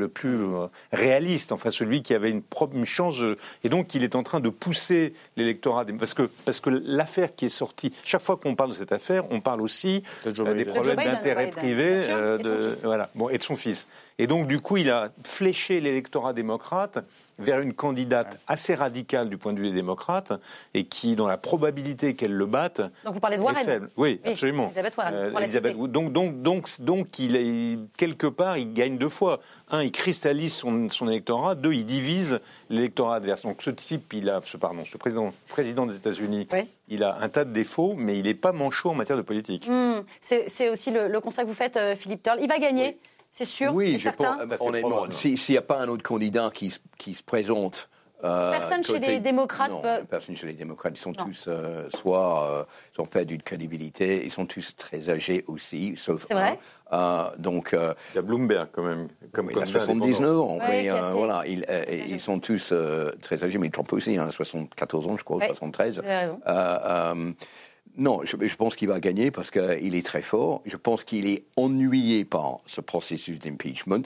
réaliste, enfin celui qui avait une chance, et donc il est en train de pousser l'électorat, parce que l'affaire qui est sortie, chaque fois qu'on parle de cette affaire, on parle aussi des problèmes d'intérêt privé et de son fils. Et donc du coup il a fléché l'électorat démocrate vers une candidate assez radicale du point de vue des démocrates, et qui, dans la probabilité qu'elle le batte, donc vous parlez de Warren. est faible. Oui, absolument. Elisabeth Warren. Donc quelque part, il gagne deux fois. Un, il cristallise son électorat. Deux, il divise l'électorat adverse. Donc ce type, ce président des États-Unis, il a un tas de défauts, mais il n'est pas manchot en matière de politique. C'est aussi le constat que vous faites, Philippe Turle. Il va gagner. Oui. C'est sûr, oui, certain. Honnêtement, s'il n'y a pas un autre candidat qui se présente... Personne chez les démocrates... Non, personne chez les démocrates. Ils sont tous, ils ont perdu de crédibilité, ils sont tous très âgés aussi, sauf vrai. Donc, il y a Bloomberg quand même. Il a 79 ans, mais voilà, ils sont tous très âgés, mais Trump aussi, 74 ans, je crois, 73. Vous avez raison. Non, je pense qu'il va gagner parce qu'il est très fort. Je pense qu'il est ennuyé par ce processus d'impeachment,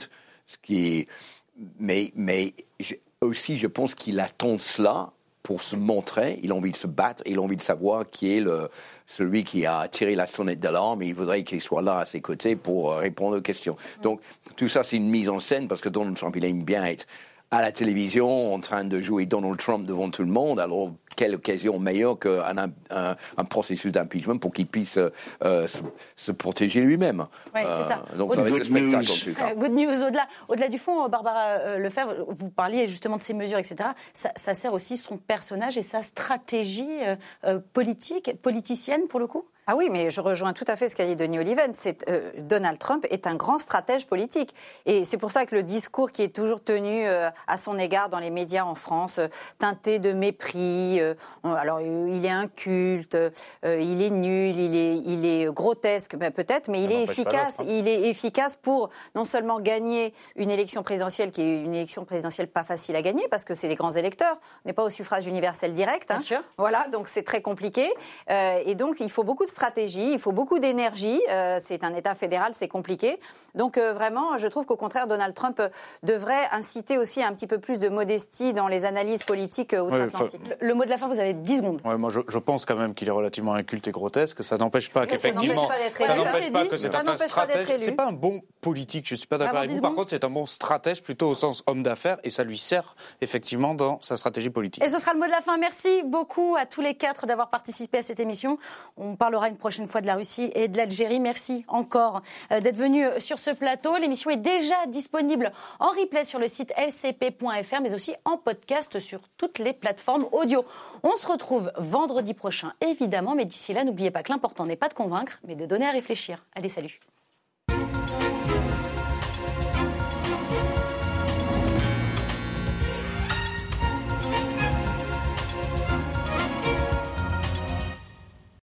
mais aussi je pense qu'il attend cela pour se montrer. Il a envie de se battre, il a envie de savoir qui est celui qui a tiré la sonnette d'alarme, et il voudrait qu'il soit là à ses côtés pour répondre aux questions. Donc tout ça, c'est une mise en scène parce que Donald Trump, il aime bien être à la télévision en train de jouer Donald Trump devant tout le monde. Alors, quelle occasion meilleure qu'un processus d'impeachment pour qu'il puisse se protéger lui-même. Oui, c'est ça. Donc, ça va être le spectacle, en tout cas. Good news. Au-delà du fond, Barbara Lefebvre, vous parliez justement de ces mesures, etc. Ça sert aussi son personnage et sa stratégie politicienne, pour le coup ? Ah oui, mais je rejoins tout à fait ce qu'a dit Denis Oliven. Donald Trump est un grand stratège politique. Et c'est pour ça que le discours qui est toujours tenu à son égard dans les médias en France, teinté de mépris, alors il est inculte, il est nul, il est grotesque peut-être, mais il est efficace. Il est efficace pour non seulement gagner une élection présidentielle qui est une élection présidentielle pas facile à gagner, parce que c'est des grands électeurs, on n'est pas au suffrage universel direct. Bien sûr. Voilà, donc c'est très compliqué. Et donc il faut beaucoup de stratégie, il faut beaucoup d'énergie. C'est un État fédéral, c'est compliqué. Donc vraiment, je trouve qu'au contraire, Donald Trump devrait inciter aussi un petit peu plus de modestie dans les analyses politiques outre-Atlantique. Le mot de la fin, vous avez 10 secondes. Ouais, moi, je pense quand même qu'il est relativement inculte et grotesque. Ça n'empêche pas qu'effectivement... Ça n'empêche pas que c'est un stratège. C'est pas un bon politique, je ne suis pas d'accord avec vous. Par contre, c'est un bon stratège, plutôt au sens homme d'affaires, et ça lui sert effectivement dans sa stratégie politique. Et ce sera le mot de la fin. Merci beaucoup à tous les 4 d'avoir participé à cette émission. On parlera une prochaine fois de la Russie et de l'Algérie. Merci encore d'être venu sur ce plateau. L'émission est déjà disponible en replay sur le site lcp.fr, mais aussi en podcast sur toutes les plateformes audio. On se retrouve vendredi prochain, évidemment, mais d'ici là, n'oubliez pas que l'important n'est pas de convaincre, mais de donner à réfléchir. Allez, salut.